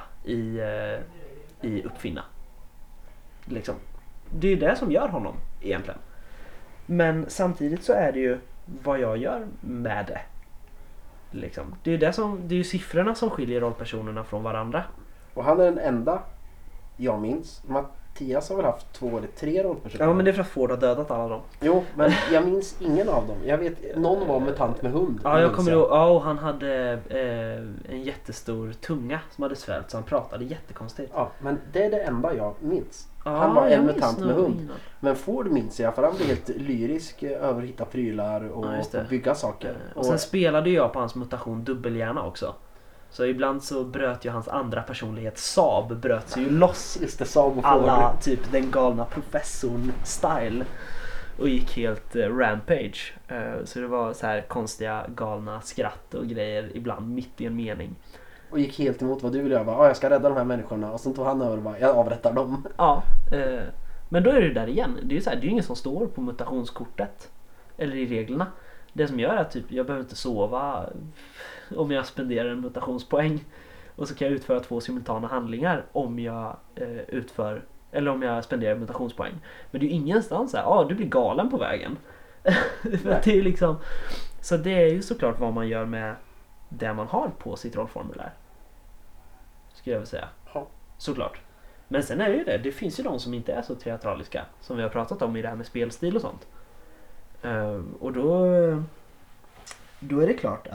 i uppfinna. Liksom. Det är ju det som gör honom egentligen. Men samtidigt så är det ju vad jag gör med det. Liksom. Det är ju siffrorna som skiljer rollpersonerna från varandra. Och han är den enda jag minns. Mattias har väl haft 2 eller 3 rollpersoner. Ja, men det är för att Ford har dödat alla dem. Jo, men jag minns ingen av dem. Jag vet, någon var mutant med hund. Ja, jag kommer ihåg. Ja, och han hade en jättestor tunga som hade svällt så han pratade jättekonstigt. Ja, men det är det enda jag minns. Ja, han var en minns mutant med hund. Innan. Men Ford minns jag för han blev helt lyrisk över att hitta prylar och bygga saker. Och sen spelade jag på hans mutation dubbelhjärna också. Så ibland så bröt ju hans andra personlighet Saab bröt sig ju loss. Just det, Saab och alla typ den galna professorn style och gick helt rampage. Så det var så här konstiga galna skratt och grejer ibland mitt i en mening. Och gick helt emot vad du ville göra. Jag ska rädda de här människorna. Och sen tog han över och bara, jag avrättar dem. Ja, men då är det där igen. Det är ju så här, det är ju ingen som står på mutationskortet eller i reglerna. Det som gör är att typ, jag behöver inte sova om jag spenderar en mutationspoäng. Och så kan jag utföra 2 simultana handlingar om jag eller om jag spenderar mutationspoäng. Men det är ju ingenstans så här, du blir galen på vägen. För att det är liksom, så det är ju såklart vad man gör med det man har på sitt rollformulär. Skulle jag vilja säga. Ja. Såklart. Men sen är det ju det finns ju de som inte är så teatraliska som vi har pratat om i det här med spelstil och sånt. Och då är det klart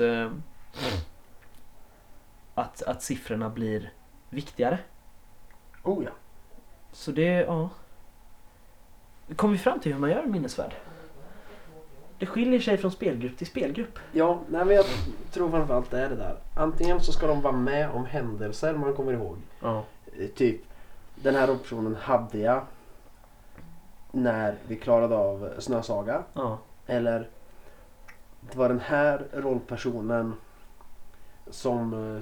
att siffrorna blir viktigare. Oh ja. Så det, kommer vi fram till hur man gör en minnesvärd. Det skiljer sig från spelgrupp till spelgrupp. Ja, nej, men jag tror framförallt det är det där. Antingen så ska de vara med om händelser man kommer ihåg. Ja. Typ, den här optionen hade jag när vi klarade av Snösaga. Ja. Eller det var den här rollpersonen som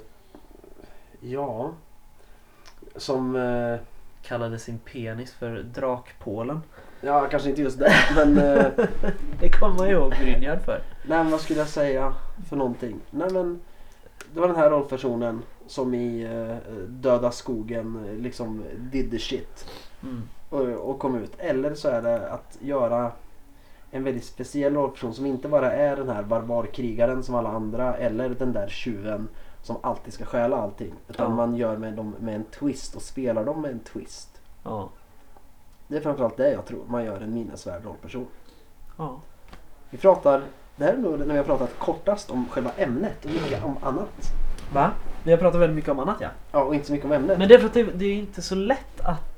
Kallade sin penis för drakpålen. ja, kanske inte just det, men Det kommer man ihåg Brynjard för. nej, men vad skulle jag säga för någonting? Nej, men det var den här rollpersonen som i Döda skogen liksom did the shit och kom ut. Eller så är det att göra en väldigt speciell rollperson som inte bara är den här barbarkrigaren som alla andra, eller den där tjuven som alltid ska stjäla allting, utan man gör med dem med en twist och spelar dem med en twist. Ja. Det är framförallt det jag tror man gör en minnesvärd rollperson. Ja. Det här är nog när vi har pratat kortast om själva ämnet och mycket om annat. Va? Vi har pratat väldigt mycket om annat, ja. Ja, och inte så mycket om ämnet. Men det är för att det är inte så lätt att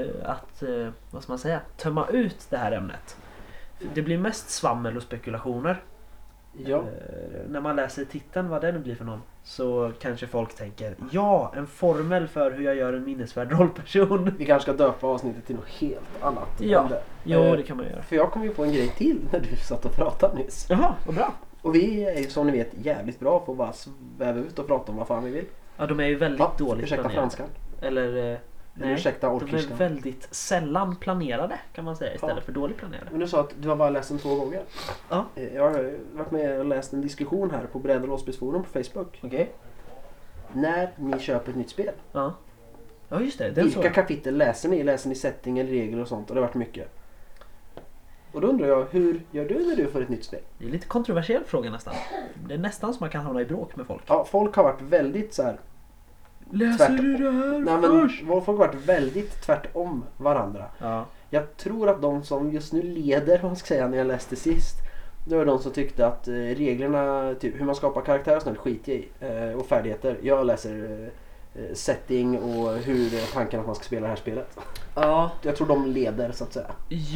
vad ska man säga, tömma ut det här ämnet. Det blir mest svammel och spekulationer. Ja. När man läser titeln, vad det nu blir för någon, så kanske folk tänker, en formel för hur jag gör en minnesvärd rollperson. Vi kanske ska döpa avsnittet till något helt annat. Ja, än det. jo, det kan man göra. För jag kom ju på en grej till när du satt och pratade nyss. Jaha, vad bra. Och vi är ju som ni vet jävligt bra på att bara sväva ut och prata om vad fan vi vill. Ja, de är ju väldigt dåligt ursäkta planerade. franskan. Eller nej, ursäkta de orkiskan. är väldigt sällan planerade, kan man säga, istället för dåligt planerade. Men du sa att du har bara läst den 2 gånger. Ja. Jag har varit med och läst en diskussion här på Bräd- och rollspelsforum på Facebook. Okej. När ni köper ett nytt spel. Ja. Ja, just det. Den Vilka kapitel läser ni? Läser ni setting eller regler och sånt? Och det har varit mycket. Och då undrar jag, hur gör du när du får ett nytt spel? Det är lite kontroversiell fråga nästan. Det är nästan som man kan hamna i bråk med folk. Ja, folk har varit väldigt så här. Läser du det här först? Folk har varit väldigt tvärtom varandra. Ja. Jag tror att de som just nu leder, vad man ska säga, när jag läste sist, det var de som tyckte att reglerna, typ hur man skapar karaktär och sånt skit i, och färdigheter. Jag läser setting och hur tanken att man ska spela det här spelet. Ja. Jag tror de leder, så att säga.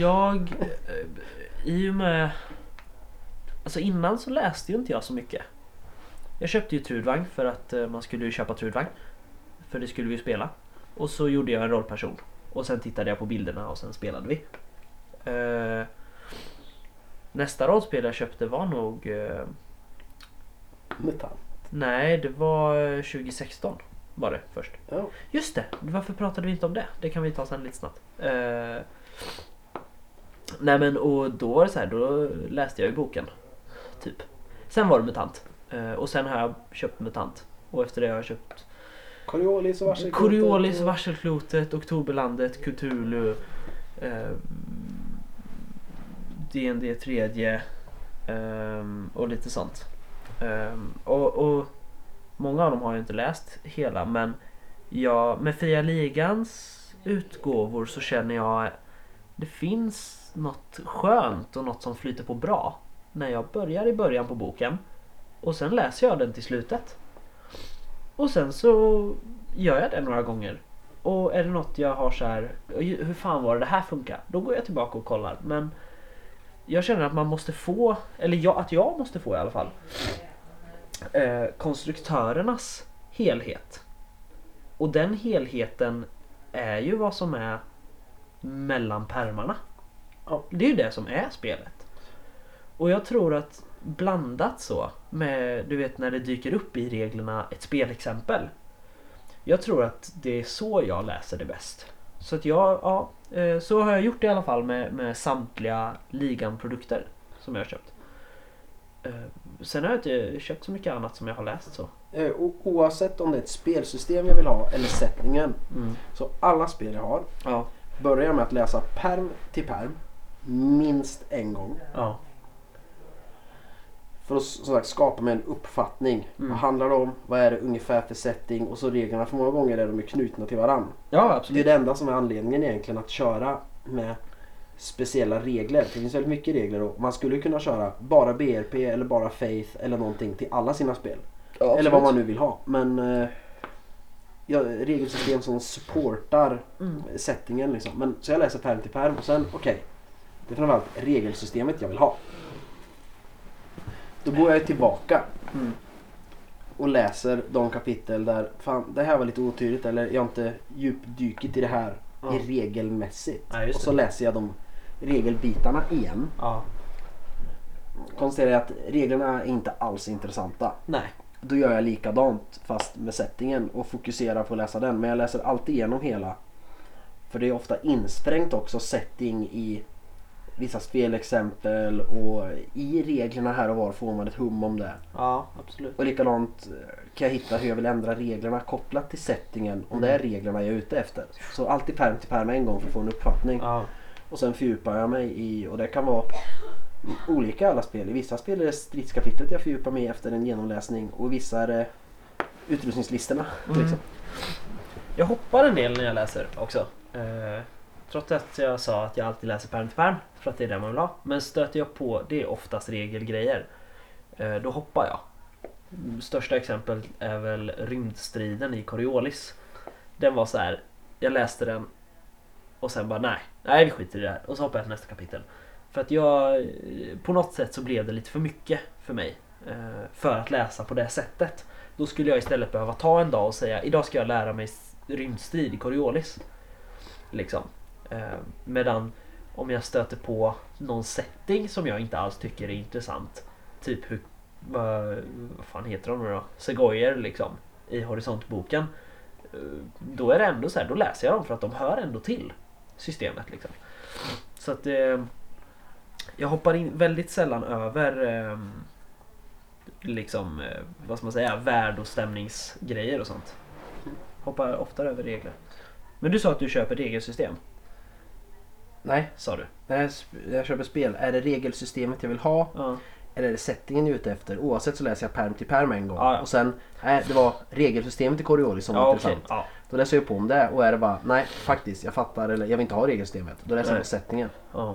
I och med, alltså innan så läste ju inte jag så mycket. Jag köpte ju Trudvang för att man skulle ju köpa Trudvang, för det skulle vi ju spela. Och så gjorde jag en rollperson. Och sen tittade jag på bilderna och sen spelade vi. Nästa rollspel jag köpte var nog Mutant. nej, det var 2016 var det först. Ja. Just det, varför pratade vi inte om det? Det kan vi ta sen lite snabbt. Nej men, och då var det så här, då läste jag ju boken typ. Sen var det Mutant. Och sen har jag köpt Mutant. Och efter det har jag köpt Coriolis, Varselklotet, Oktoberlandet, Cthulhu, D&D 3 och lite sånt. Och många av dem har jag inte läst hela, men med Fria Ligans utgåvor så känner jag det finns något skönt och något som flyter på bra när jag börjar i början på boken och sen läser jag den till slutet. Och sen så gör jag det några gånger. Och är det något jag har så här, hur fan var det här funkar? Då går jag tillbaka och kollar. Men jag känner att man måste få, eller att jag måste få i alla fall, konstruktörernas helhet. Och den helheten är ju vad som är mellan pärmarna. Ja. Det är ju det som är spelet. Och jag tror att blandat så med, du vet, när det dyker upp i reglerna ett spelexempel. Jag tror att det är så jag läser det bäst. Så att så har jag gjort det i alla fall med samtliga ligan-produkter som jag har köpt. Sen har jag inte köpt så mycket annat som jag har läst så. Oavsett om det är ett spelsystem jag vill ha eller sättningen. Så alla spel jag har börjar med att läsa perm till perm minst en gång. Ja. För att som sagt skapa mig en uppfattning. Vad handlar det om? Vad är det ungefär för setting? Och så reglerna, för många gånger är de knutna till varann. Ja, absolut. Det är det enda som är anledningen egentligen att köra med speciella regler. Det finns väldigt mycket regler och man skulle kunna köra bara BRP eller bara Faith eller någonting till alla sina spel. Ja, eller vad man nu vill ha. Men regelsystem som supportar settingen liksom. Men så jag läser perm till perm och sen det är framförallt regelsystemet jag vill ha. Då går jag tillbaka och läser de kapitel där fan, det här var lite otydligt eller jag har inte djupdykit i det här i regelmässigt. Ja, och så läser jag de regelbitarna igen. Ja. Konstaterar jag att reglerna är inte alls intressanta. Nej. Då gör jag likadant fast med settingen och fokuserar på att läsa den. Men jag läser alltid igenom hela. För det är ofta insprängt också setting i vissa spelexempel och i reglerna här och var får man ett hum om det. Ja, absolut. Och likadant kan jag hitta hur jag vill ändra reglerna kopplat till settingen om det är reglerna jag är ute efter. Så alltid perm till perm en gång för att få en uppfattning. Ja. Och sen fördjupar jag mig i, och det kan vara olika i alla spel. I vissa spel är det stridskapitlet jag fördjupar mig efter en genomläsning och i vissa är det utrustningslistorna. Liksom. Jag hoppar en del när jag läser också. Trots att jag sa att jag alltid läser perm till perm för att det är det man vill ha. Men stöter jag på, det är oftast regelgrejer. Då hoppar jag. Största exempel är väl rymdstriden i Coriolis. Den var så här, jag läste den och sen bara nej vi skiter i det här. Och så hoppar jag till nästa kapitel. För att jag, på något sätt så blev det lite för mycket för mig. För att läsa på det sättet. Då skulle jag istället behöva ta en dag och säga, idag ska jag lära mig rymdstrid i Coriolis. Liksom. Medan om jag stöter på någon setting som jag inte alls tycker är intressant. Typ vad fan heter de nu då? Segoyer liksom. I Horisontboken. Då är det ändå så här, då läser jag dem för att de hör ändå till systemet liksom. Så att jag hoppar in väldigt sällan över liksom, vad ska man säga, värld och stämningsgrejer och sånt. Hoppar ofta över regler. Men du sa att du köper regelsystem. Nej, Sa du? när jag köper spel, är det regelsystemet jag vill ha eller är det settingen jag är ute efter? Oavsett så läser jag perm till perm en gång. Ja. Och sen, det var regelsystemet i Coriolis som var intressant. Okay. Ja. Då läser jag på om det och är det bara, nej faktiskt, jag fattar eller jag vill inte ha regelsystemet. Då läser jag på settingen. Ja.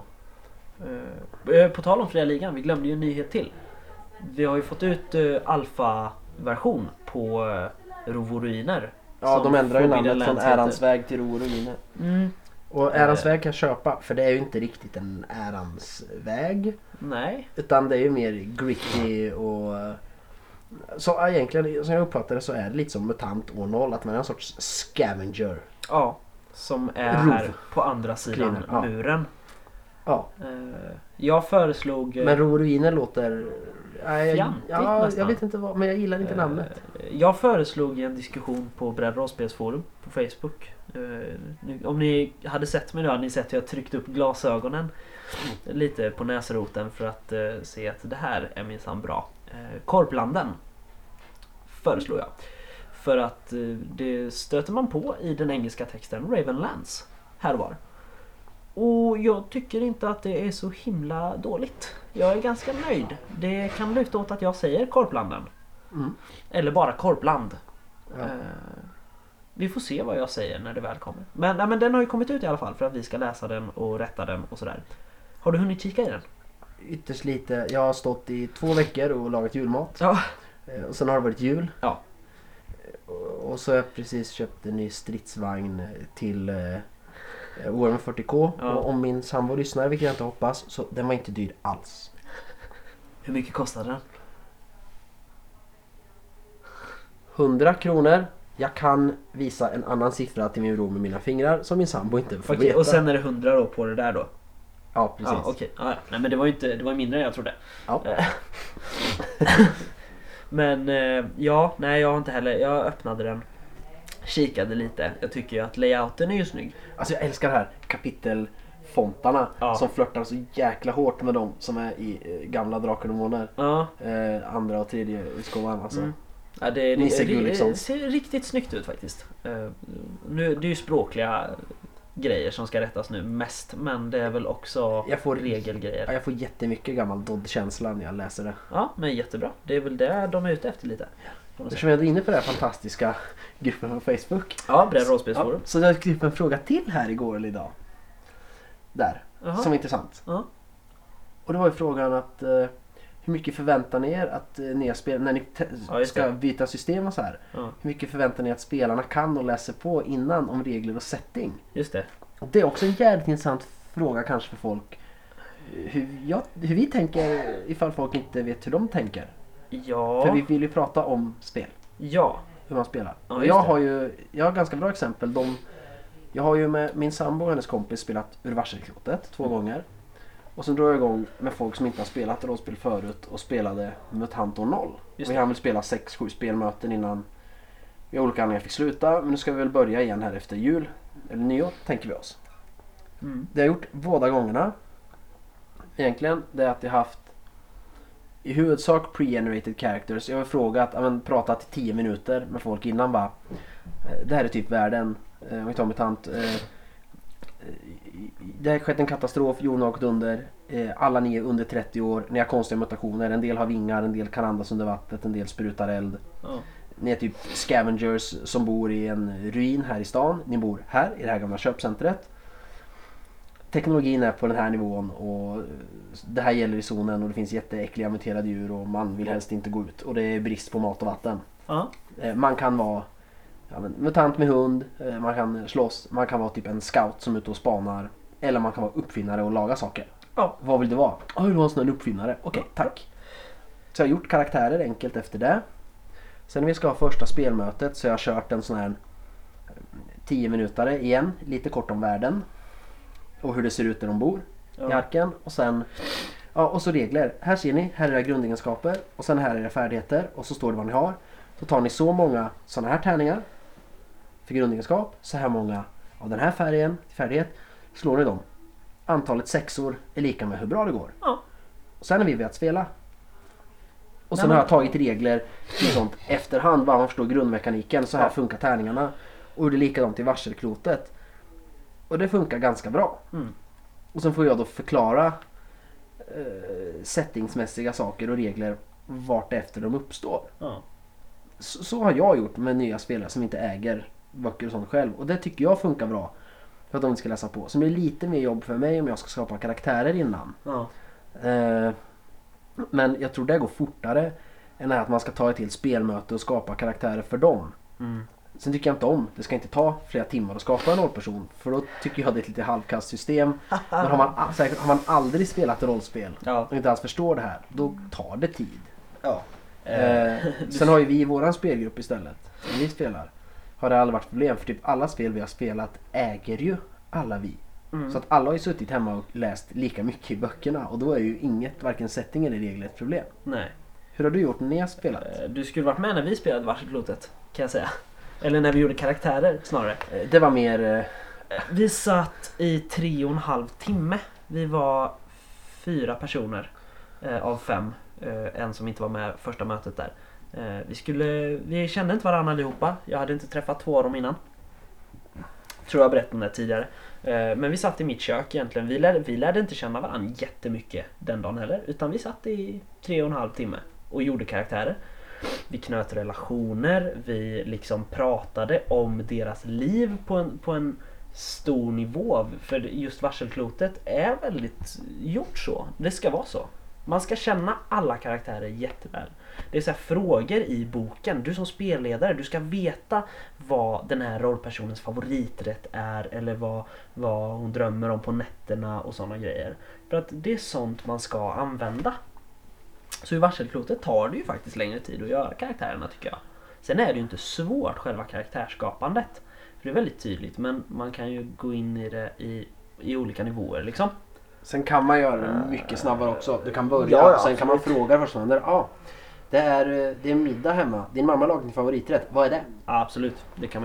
På tal om Fria Ligan, vi glömde ju en nyhet till. Vi har ju fått ut alfa-version på Rovoruiner. Ja, de ändrar ju namnet från Ärans väg till Rovoruiner. Och Ärans väg kan jag köpa, för det är ju inte riktigt en Ärans väg. Nej. Utan det är ju mer gritty och... Så egentligen, som jag uppfattar det, så är det lite som MUTANT år 0, att man är en sorts scavenger. Ja, som är här på andra sidan muren. Ja. Jag föreslog... Men Rovoruiner låter... fjantigt nästan. Jag vet inte vad, men jag gillar inte namnet. Jag föreslog en diskussion på Bredd Rollspelsforum på Facebook. Om ni hade sett mig då hade ni sett hur jag tryckt upp glasögonen lite på näsroten för att se att det här är minsann bra. Korplanden föreslår jag. För att det stöter man på i den engelska texten Ravenlands här var. Och jag tycker inte att det är så himla dåligt. Jag är ganska nöjd. Det kan luta åt att jag säger Korplanden. Eller bara Korpland. Ja. Vi får se vad jag säger när det väl kommer. Men den har ju kommit ut i alla fall för att vi ska läsa den och rätta den och sådär. Har du hunnit kika i den? Ytterst lite. Jag har stått i 2 veckor och lagat julmat. Ja. Och sen har det varit jul. Ja. Och så har jag precis köpt en ny stridsvagn till Warhammer 40K. Ja. Och om min sambo lyssnar, vilket jag inte hoppas, så den var inte dyr alls. Hur mycket kostade den? 100 kronor. Jag kan visa en annan siffra till min bror med mina fingrar som min sambo inte får veta. Och sen är det 100 då på det där då? Ja, precis. Ja, okej. Ja, nej, men det var inte, det var mindre än jag trodde. Ja. Men jag har inte heller, jag öppnade den, kikade lite. Jag tycker ju att layouten är ju snygg. Alltså jag älskar det här kapitelfontarna som flörtar så jäkla hårt med dem som är i gamla Drakar och Demoner. Ja. Andra och tredje utgåvan alltså. Ja, det Nisse Gulliksson. ser riktigt snyggt ut faktiskt. Nu, det är ju språkliga grejer som ska rättas nu mest, men det är väl också regelgrejer. Ja, jag får jättemycket gammal Dodd-känsla när jag läser det. Ja, men jättebra. Det är väl det de är ute efter lite. Eftersom jag är inne på den här fantastiska gruppen på Facebook. Ja, Bredd Rollspelsforum. Så jag skrev upp en fråga till här igår eller idag. Där, som är intressant. Och det var ju frågan att hur mycket förväntar ni er att nya spel när ni ska byta system och så här. Hur mycket förväntar ni att spelarna kan och läser på innan om regler och setting? Just det. Och det är också en jävligt intressant fråga kanske för folk. Hur vi tänker ifall folk inte vet hur de tänker. Ja. För vi vill ju prata om spel. Ja. Hur man spelar. Ja, och jag har ganska bra exempel. Jag har ju med min sambo och hennes kompis spelat ur varselklotet 2 gånger. Och sen drar jag igång med folk som inte har spelat rollspel förut och spelade Mutantor 0. Vi hann väl spela 6-7 spelmöten innan vi olika anledningar fick sluta. Men nu ska vi väl börja igen här efter jul. Eller nyår tänker vi oss. Det jag har gjort båda gångerna egentligen det är att jag haft i huvudsak pre-generated characters. Jag har frågat, pratat i 10 minuter med folk innan bara. Det här är typ världen. Om vi tar Mutant. Det har skett en katastrof, jorden har gått under. Alla ni är under 30 år. Ni har konstiga mutationer. En del har vingar, en del kan andas under vattnet, en del sprutar eld. Ni är typ scavengers som bor i en ruin här i stan. Ni bor här i det här gamla köpcentret. Teknologin är på den här nivån och det här gäller i zonen och det finns jätteäckliga muterade djur och man vill helst inte gå ut och det är brist på mat och vatten. Man kan vara mutant med hund, man kan slåss, man kan vara typ en scout som är ute och spanar eller man kan vara uppfinnare och laga saker. Vad vill du vara? Jag vill vara en sån här uppfinnare. Okej, tack. Så jag har gjort karaktärer enkelt efter det. Sen när vi ska ha första spelmötet så har jag kört en sån här 10 minutare igen, lite kort om världen. Och hur det ser ut där de bor i arken. Och sen och så regler. Här ser ni, här är era grundegenskaper. Och sen här är era färdigheter. Och så står det vad ni har. Så tar ni så många sådana här tärningar för grundegenskap. Så här många av den här färgen till färdighet. Slår ni dem. Antalet sexor är lika med hur bra det går. Och sen är vi börjat spela. Och sen har jag tagit regler till sånt efterhand. Bara man förstår grundmekaniken. Så här funkar tärningarna. Och det är likadant i varselklotet. Och det funkar ganska bra. Och sen får jag då förklara settingsmässiga saker och regler vart efter de uppstår. Så har jag gjort med nya spelare som inte äger böcker och sånt själv. Och det tycker jag funkar bra. För att de inte ska läsa på. Så det blir lite mer jobb för mig om jag ska skapa karaktärer innan. Men jag tror det går fortare än att man ska ta ett till spelmöte och skapa karaktärer för dem. Sen tycker jag inte om, det ska inte ta flera timmar att skapa en rollperson. För då tycker jag det är ett lite halvkast system. Men har man aldrig spelat rollspel och inte alls förstår det här, då tar det tid. Sen har ju vi i våran spelgrupp istället, när vi spelar, har det aldrig varit problem. För typ alla spel vi har spelat äger ju alla vi. Så att alla har ju suttit hemma och läst lika mycket i böckerna. Och då är ju inget, varken setting eller regler ett problem. Nej. Hur har du gjort när ni har spelat? Du skulle varit med när vi spelade varselklotet, kan jag säga. Eller när vi gjorde karaktärer snarare. Det var mer... Vi satt i 3,5 timme. Vi var 4 personer av 5. En som inte var med första mötet där. Vi kände inte varandra allihopa. Jag hade inte träffat 2 av dem innan. Tror jag berättade om det tidigare. Men vi satt i mitt kök egentligen. Vi lärde inte känna varandra jättemycket den dagen heller. Utan vi satt i 3,5 timme och gjorde karaktärer. Vi knöt relationer, vi liksom pratade om deras liv på en stor nivå. För just varselklotet är väldigt gjort så. Det ska vara så. Man ska känna alla karaktärer jätteväl. Det är så här frågor i boken. Du som spelledare, du ska veta vad den här rollpersonens favoriträtt är. Eller vad hon drömmer om på nätterna och sådana grejer. För att det är sånt man ska använda. Så i varselklotet tar det ju faktiskt längre tid att göra karaktärerna, tycker jag. Sen är det ju inte svårt själva karaktärsskapandet. För det är väldigt tydligt, men man kan ju gå in i det i olika nivåer liksom. Sen kan man göra det mycket snabbare också. Du kan börja, sen kan man fråga förstående. Det är middag hemma. Din mamma lagar din favoriträtt. Vad är det? Ja, absolut, det kan man göra.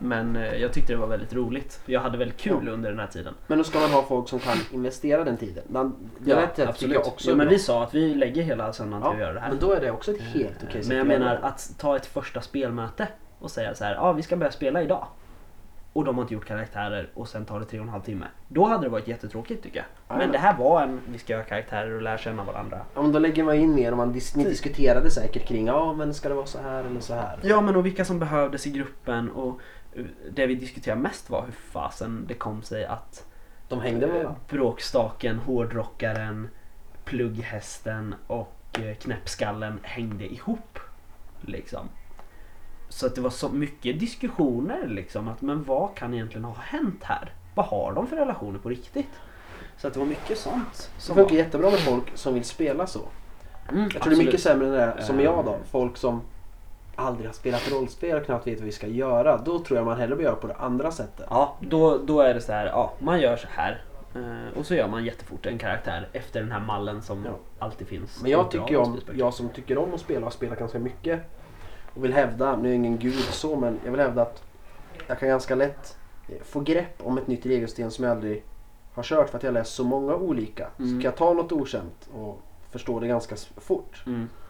Men jag tyckte det var väldigt roligt. Jag hade väldigt kul under den här tiden. Men då ska man ha folk som kan investera den tiden. Det rätt sätt tycker jag också. Men vi sa att vi lägger hela söndagen till att göra det här. Men då är det också ett helt okej sätt. Men jag menar att ta ett första spelmöte och säga så här, vi ska börja spela idag. Och de har inte gjort karaktärer och sen tar det 3,5 timme. Då hade det varit jättetråkigt tycker jag. Men det här var vi ska göra karaktärer och lära känna varandra. Ja, men då lägger man in mer och ni diskuterade säkert kring, men ska det vara så här eller så här? Ja, men och vilka som behövdes i gruppen och det vi diskuterade mest var hur fasen det kom sig att de hängde med bråkstaken, hårdrockaren, plugghästen och knäppskallen hängde ihop liksom. Så att det var så mycket diskussioner liksom att men vad kan egentligen ha hänt här? Vad har de för relationer på riktigt? Så att det var mycket sånt. Det funkar jättebra med folk som vill spela så. Jag tror det är mycket sämre än det är, som jag då. Folk som aldrig har spelat rollspel och knappt vet vad vi ska göra. Då tror jag man hellre bör göra på det andra sättet. Ja, då är det så här, man gör så här. Och så gör man jättefort en karaktär efter den här mallen som alltid finns. Men jag som tycker om att spela och spelar ganska mycket och vill hävda, nu är jag ingen gud så, men jag vill hävda att jag kan ganska lätt få grepp om ett nytt regelsystem som jag aldrig har kört för att jag läst så många olika. Så kan jag ta något okänt och förstå det ganska fort.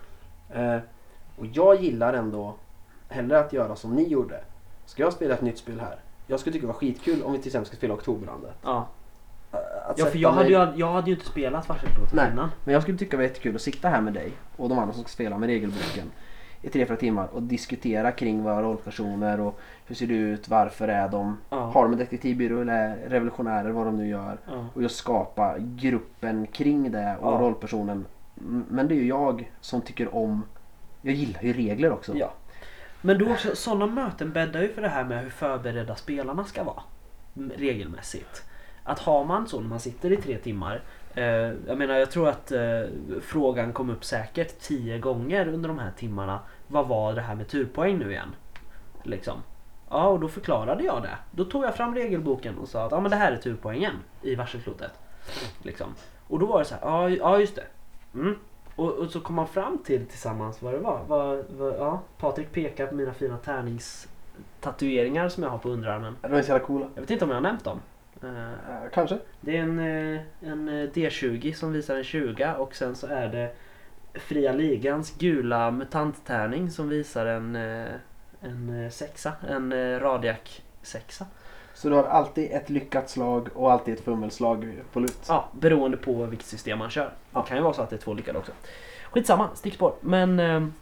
Och jag gillar ändå hellre att göra som ni gjorde. Ska jag spela ett nytt spel här? Jag skulle tycka det var skitkul om vi till exempel ska spela Oktoberlandet. Ja. För jag hade ju inte spelat Varselklot innan. Men jag skulle tycka det var jättekul att sitta här med dig och de andra som ska spela med regelboken i 3-4 timmar och diskutera kring våra rollpersoner och hur ser det ut, varför är de, har de en detektivbyrå eller revolutionärer, vad de nu gör, och just skapa gruppen kring det och rollpersonen. Men det är ju jag som tycker om, jag gillar ju regler också. Ja. Men då också, sådana möten bäddar ju för det här med hur förberedda spelarna ska vara regelmässigt. Att har man så när man sitter i 3 timmar, jag tror att frågan kom upp säkert 10 gånger under de här timmarna. Vad var det här med turpoäng nu igen? Liksom. Ja, och då förklarade jag det. Då tog jag fram regelboken och sa att men det här är turpoängen i varselklotet. Liksom. Och då var det så här, ja just det. Och så kom man fram till tillsammans vad det var. Patrik pekar på mina fina tärningstatueringar som jag har på underarmen. De är så jävla coola. Jag vet inte om jag har nämnt dem. Kanske. Det är en D20 som visar en 20 och sen så är det Fria Ligans gula mutanttärning som visar en 6, en radiak 6. Så du har alltid ett lyckat slag och alltid ett fummelslag på lut? Ja, beroende på vilket system man kör. Det kan ju vara så att det är 2 lyckade också. Skitsamma, stickspår. Men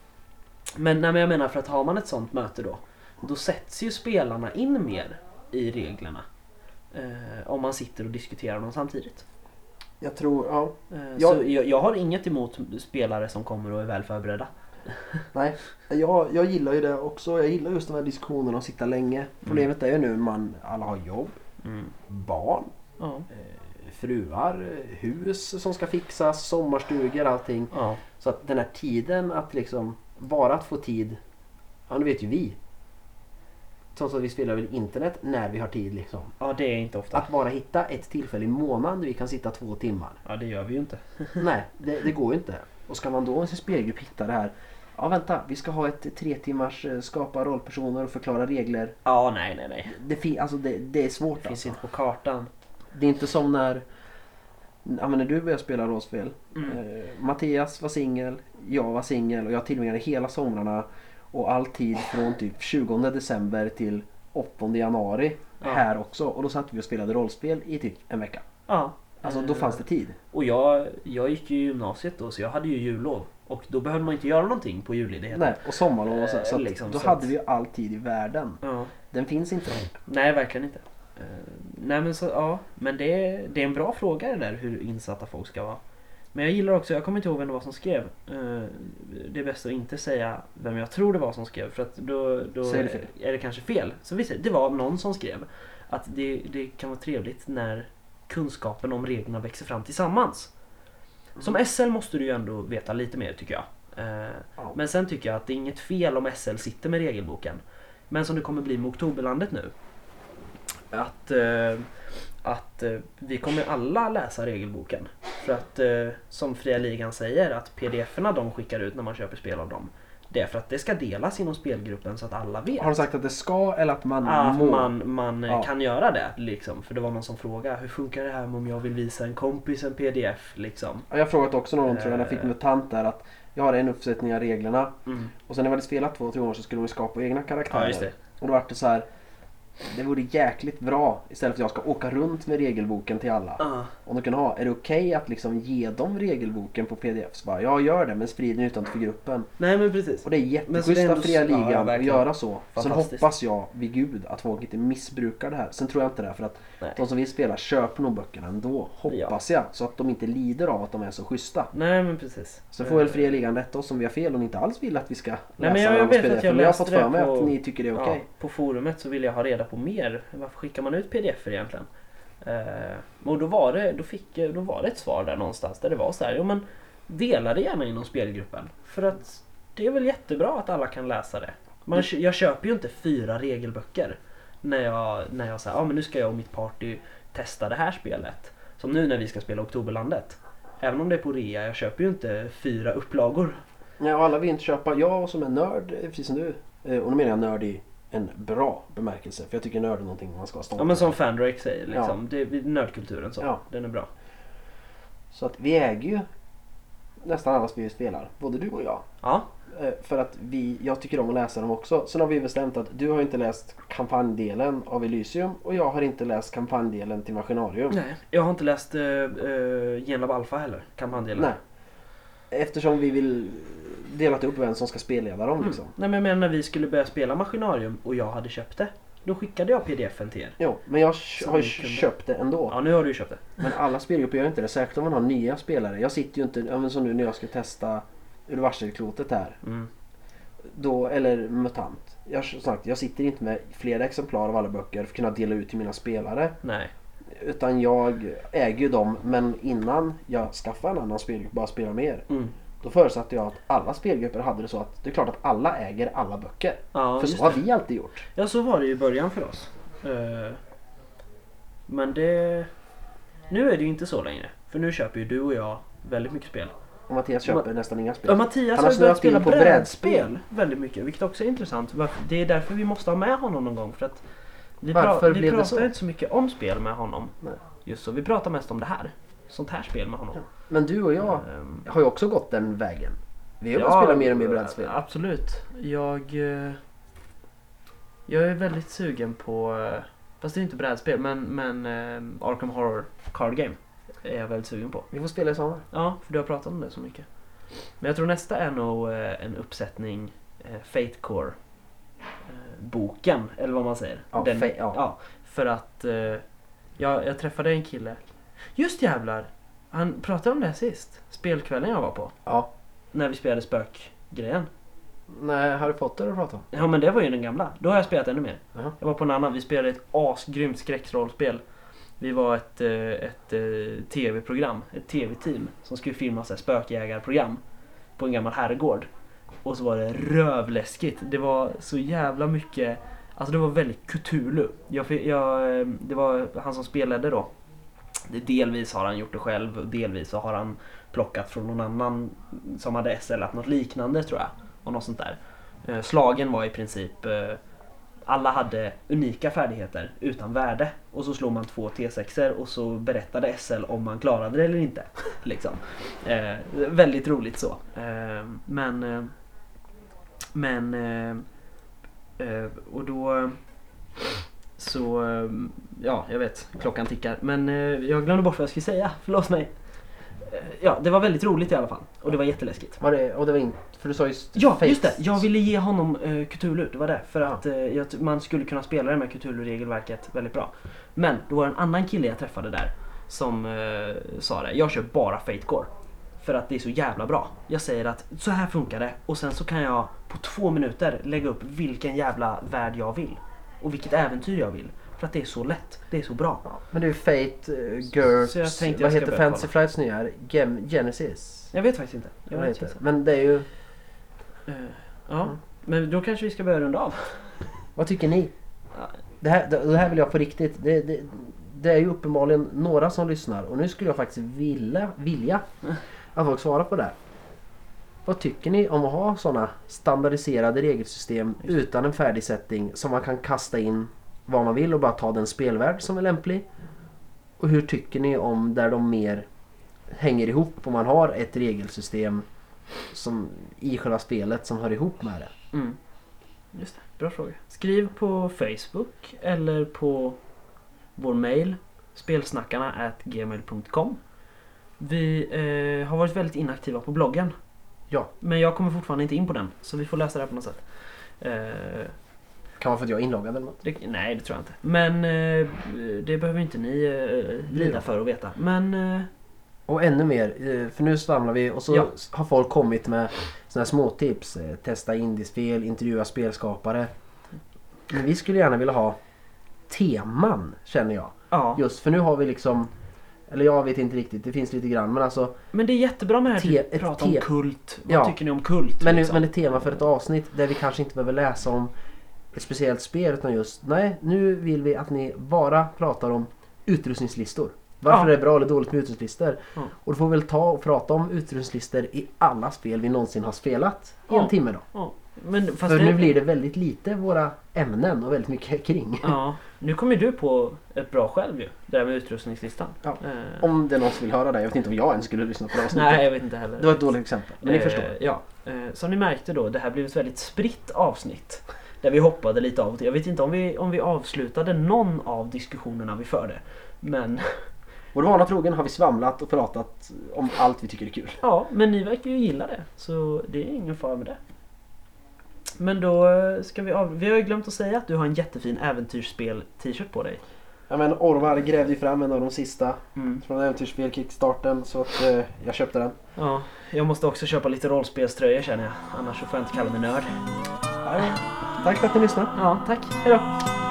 jag menar, för att har man ett sånt möte då sätts ju spelarna in mer i reglerna. Om man sitter och diskuterar dem samtidigt. Jag tror, Så jag har inget emot spelare som kommer och är väl förberedda. Nej, jag gillar ju det också. Jag gillar just de här diskussionerna och sitta länge. Problemet är ju nu alla har jobb, barn, fruar, hus som ska fixas, sommarstugor, allting. Så att den här tiden att liksom bara att få tid, nu vet ju vi. Trots att vi spelar väl internet när vi har tid liksom. Ja, det är inte ofta. Att bara hitta ett tillfälle i månaden där vi kan sitta 2 timmar. Ja, det gör vi ju inte. Nej, det går ju inte. Och ska man då i sin spelgrupp hitta det här, vänta, vi ska ha ett 3 timmars skapa rollpersoner och förklara regler. Ja, nej. Det är svårt. Det finns inte på kartan. Det är inte som när du började spela rollspel. Mattias var singel, jag var singel och jag tillbringade hela somrarna och all tid från typ 20 december till 8 januari här också. Och då satt vi och spelade rollspel i typ en vecka. Ja. Alltså då fanns det tid. Och jag gick ju i gymnasiet då, så jag hade ju jullov. Och då behövde man inte göra någonting på julledigheten. Nej, och sommarlov och så liksom, då hade vi ju all tid i världen. Den finns inte. Nej, verkligen inte. Men det är en bra fråga det där, hur insatta folk ska vara. Men jag gillar också, jag kommer inte ihåg vem det var som skrev. Det är bäst att inte säga vem jag tror det var som skrev, för att då är det kanske fel. Så vi säger, det var någon som skrev att det kan vara trevligt när kunskapen om reglerna växer fram tillsammans. Som SL måste du ju ändå veta lite mer, tycker jag. Men sen tycker jag att det är inget fel om SL sitter med regelboken. Men som det kommer bli med Oktoberlandet nu, att vi kommer alla läsa regelboken. För att som Fria Ligan säger, att pdf-erna de skickar ut när man köper spel av dem, det är för att det ska delas inom spelgruppen så att alla vet. Har de sagt att det ska eller att man man kan göra det liksom? För det var någon som frågade, hur funkar det här om jag vill visa en kompis en pdf liksom? Ja, jag har frågat också någon, tror jag, när jag fick MUTANT där, att jag har en uppsättning av reglerna och sen när vi hade spelat 2-3 gånger så skulle de skapa egna karaktärer. Ja, just det. Och då var det så här, det vore jäkligt bra istället för att jag ska åka runt med regelboken till alla. Om de kan ha, är det okej att liksom ge dem regelboken på pdf? Så bara, jag gör det, men sprid den utanför gruppen. Nej, men precis. Och det är jätteschysst av fria ligan att göra så. Sen Fantastiskt. hoppas jag vid Gud att folk inte missbrukar det här. Sen tror jag inte det, för att de som vill spela köper nog böckerna ändå, hoppas jag. Så att de inte lider av att de är så schyssta. Nej, men precis. Så får väl fria ligan rätta oss om vi har fel och ni inte alls vill att vi ska läsa. Nej, men jag vet att jag har fått för mig att ni tycker det är okej. På forumet så vill jag ha reda på mer. Varför skickar man ut pdf-er egentligen? Och då var det ett svar där någonstans där det var så här, jo men dela det gärna inom spelgruppen. För att det är väl jättebra att alla kan läsa det. Jag köper ju inte 4 regelböcker när jag säger, men nu ska jag och mitt party testa det här spelet. Som nu när vi ska spela Oktoberlandet. Även om det är på rea, jag köper ju inte 4 upplagor. Ja, och alla vill inte köpa. Jag som är nörd, precis som du. Och då menar jag nörd i en bra bemärkelse. För jag tycker nörd är någonting man ska vara stolt. Ja, men som Fandrake säger liksom. Ja. Det är nördkulturen så. Ja. Den är bra. Så att vi äger ju nästan alla spel vi spelar. Både du och jag. Ja. För att jag tycker om att läsa dem också. Sen har vi bestämt att du har inte läst kampanjdelen av Elysium. Och jag har inte läst kampanjdelen till Machinarium. Nej, jag har inte läst Genlab Alpha heller. Kampanjdelen. Nej. Eftersom vi vill dela upp vem som ska spelleda dem liksom. Nej, men jag menar när vi skulle börja spela Machinarium och jag hade köpt det. Då skickade jag pdf-en till er. Jo, men jag har ju köpt det ändå. Ja, nu har du ju köpt det. Men alla spelgrupper gör inte det. Särskilt om man har nya spelare. Jag sitter ju inte, som nu när jag ska testa Urvarselklotet här. Då, eller MUTANT. Jag sitter inte med flera exemplar av alla böcker för att kunna dela ut till mina spelare. Nej. Utan jag äger ju dem, men innan jag skaffar en annan spelgrupp, bara spela mer. Då förutsatte jag att alla spelgrupper hade det så att det är klart att alla äger alla böcker. Ja, för så har vi alltid gjort. Ja, så var det ju i början för oss. Men nu är det ju inte så längre. För nu köper ju du och jag väldigt mycket spel. Och Mattias köper nästan inga spel. Ja, Mattias har börjat spela på brädspel väldigt mycket, vilket också är intressant. Det är därför vi måste ha med honom någon gång. För att vi pratar inte så mycket om spel med honom. Nej. Just så, vi pratar mest om det här. Sånt här spel med honom. Ja. Men du och jag har ju också gått den vägen. Vi har börjat spela mer och mer brädspel. Absolut. Jag är väldigt sugen på, fast det är inte brädspel, men Arkham Horror Card Game är jag väldigt sugen på. Vi får spela i sommar. Ja, för du har pratat om det så mycket. Men jag tror nästa är nog en uppsättning Fate Core boken, eller vad man säger. Ja, för att jag träffade en kille. Just jävlar, han pratade om det här sist. Spelkvällen jag var på. Ja. När vi spelade spökgrejen. Nej, Harry Potter har du pratat om? Ja, men det var ju den gamla. Då har jag spelat ännu mer. Uh-huh. Jag var på en annan. Vi spelade ett asgrymt skräcksrollspel. Vi var ett tv-program. Ett tv-team som skulle filma så här spökjägarprogram på en gammal herrgård. Och så var det rövläskigt. Det var så jävla mycket. Alltså det var väldigt Cthulhu. Det var han som spelade då. Delvis har han gjort det själv och delvis så har han plockat från någon annan som hade SLat något liknande, tror jag. Och något sånt där. Slagen var i princip alla hade unika färdigheter utan värde. Och så slog man 2 T6-er och så berättade SL om man klarade det eller inte. Liksom. Väldigt roligt så. Och då så, ja, jag vet, klockan tickar. Men jag glömde bort vad jag skulle säga. Förlåt mig. Ja, det var väldigt roligt i alla fall. Och det var jätteläskigt. Och det var inte, för du sa just ja, Fates. Just det. Jag ville ge honom Cthulhu, det var det. För att man skulle kunna spela det med Cthulhu-regelverket väldigt bra. Men då var det en annan kille jag träffade där som sa det. Jag kör bara Fate Core. För att det är så jävla bra. Jag säger att så här funkar det. Och sen så kan jag på 2 minuter lägga upp vilken jävla värld jag vill. Och vilket äventyr jag vill. För att det är så lätt. Det är så bra. Ja, men det är Fate, GURPS, vad heter Fantasy Flights nya? Genesis? Jag vet faktiskt inte. Jag vet inte. Men det är ju... ja, men då kanske vi ska börja runda av. Vad tycker ni? Ja. Det här vill jag på riktigt. Det är ju uppenbarligen några som lyssnar. Och nu skulle jag faktiskt vilja att folk svarar på det. Vad tycker ni om att ha sådana standardiserade regelsystem utan en färdig setting som man kan kasta in vad man vill och bara ta den spelvärld som är lämplig? Och hur tycker ni om där de mer hänger ihop och man har ett regelsystem som i själva spelet som hör ihop med det? Mm. Just det, bra fråga. Skriv på Facebook eller på vår mail spelsnackarna@gmail.com. Vi har varit väldigt inaktiva på bloggen. Ja. Men jag kommer fortfarande inte in på den, så vi får läsa det här på något sätt. Kan vara för att jag är inloggad eller något? Nej, det tror jag inte. Men det behöver inte ni lida för att veta. Men... Och ännu mer, för nu samlar vi och så har folk kommit med såna här små tips. Testa indiespel, intervjua spelskapare. Men vi skulle gärna vilja ha teman, känner jag. Ja. Just för nu har vi liksom, eller jag vet inte riktigt, det finns lite grann, men alltså... Men det är jättebra med det här att prata om kult. Vad tycker ni om kult? Men, liksom? Men ett tema för ett avsnitt där vi kanske inte behöver läsa om ett speciellt spel, utan just, nej, nu vill vi att ni bara pratar om utrustningslistor. Varför är det bra eller dåligt med utrustningslistor? Och då får vi väl ta och prata om utrustningslistor i alla spel vi någonsin har spelat i en timme då. Men, för nu blir det väldigt lite våra ämnen och väldigt mycket kring. Ja, nu kommer du på ett bra själv ju, det där med utrustningslistan. Ja. Om det är någon som vill höra det, jag vet inte om jag ens skulle lyssna på det avsnittet. Nej, jag vet inte heller. Det var ett dåligt exempel, men ni förstår. Ja, som ni märkte då, det här blev ett väldigt spritt avsnitt. Där vi hoppade lite av och till. Jag vet inte om vi avslutade någon av diskussionerna vi förde. Men... Vår vana trogen har vi svamlat och pratat om allt vi tycker är kul. Ja, men ni verkar ju gilla det. Så det är ingen fara med det. Men då ska vi vi har ju glömt att säga att du har en jättefin äventyrsspel-t-shirt på dig. Ja, men Orvar grävde ju fram en av de sista från äventyrsspel Kickstarten, så att jag köpte den. Ja, jag måste också köpa lite rollspelströjor, känner jag. Annars så får jag inte kalla mig nörd. Ja, tack för att ni lyssnade. Ja, tack. Hej då.